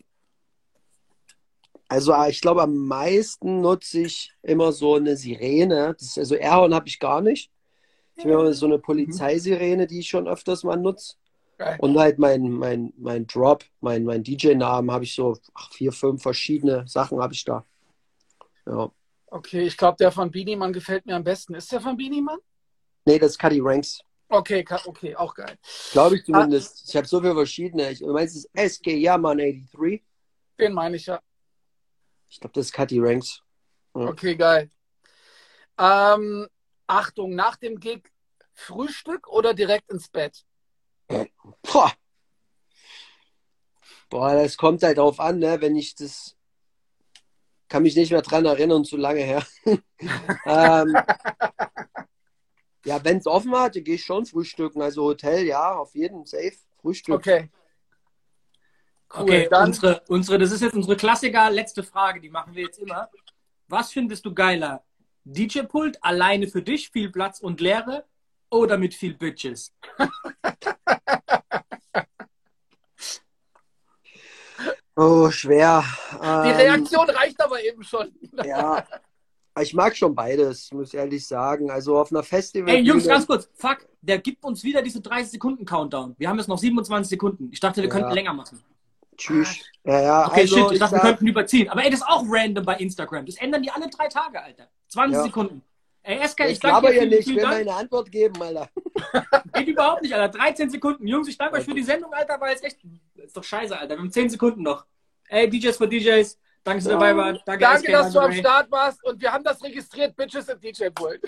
Also ich glaube, am meisten nutze ich immer so eine Sirene. Das ist, also Airhorn habe ich gar nicht. Ich habe immer so eine Polizeisirene, die ich schon öfters mal nutze. Geil. Und halt mein, mein, mein Drop, mein, mein D J-Namen habe ich so ach, vier, fünf verschiedene Sachen habe ich da. Ja. Okay, ich glaube, der von Beanie Man gefällt mir am besten. Ist der von Beanie Man? Nee, das ist Cuddy Ranks. Okay, ka- okay, auch geil. Glaube ich zumindest. Ich habe so viele verschiedene. Ich meine, es ist S G Yaman dreiundachtzig. Den meine ich ja. Ich glaube, das ist Cuddy Ranks. Ja. Okay, geil. Ähm, Achtung, nach dem Gig Frühstück oder direkt ins Bett? Boah. Boah, das kommt halt drauf an, ne? Wenn ich das. Kann mich nicht mehr dran erinnern, zu lange her. ähm, ja, wenn es offen hat, gehe ich schon frühstücken. Also Hotel, ja, auf jeden Safe. Frühstück. Okay. Cool, Okay, dann unsere, unsere, das ist jetzt unsere Klassiker, letzte Frage, die machen wir jetzt immer. Was findest du geiler? D J-Pult alleine für dich, viel Platz und Leere oder mit viel Bitches? Oh, schwer. die Ähm, Reaktion reicht aber eben schon. ja. Ich mag schon beides, muss ich ehrlich sagen. Also auf einer Festival. Ey, Jungs, ganz kurz. Fuck, der gibt uns wieder diese dreißig Sekunden Countdown. Wir haben jetzt noch siebenundzwanzig Sekunden. Ich dachte, wir Ja. könnten länger machen. Tschüss. Ja, ja. Okay, also, shit, ich dachte, sag, wir könnten überziehen. Aber ey, das ist auch random bei Instagram. Das ändern die alle drei Tage, Alter. zwanzig Ja. Sekunden. Ey, Eska, ich ich danke glaube dir ja für nicht, ich vielen will Dank. meine Antwort geben, Alter. Geht überhaupt nicht, Alter. dreizehn Sekunden. Jungs, ich danke euch für die Sendung, Alter, weil es echt. Ist doch scheiße, Alter. Wir haben zehn Sekunden noch. Ey, D Js für D Js. Danke, dass ihr dabei wart. Danke, Danke, S K, dass du am Ray. Start warst und wir haben das registriert, Bitches im D J-Pool.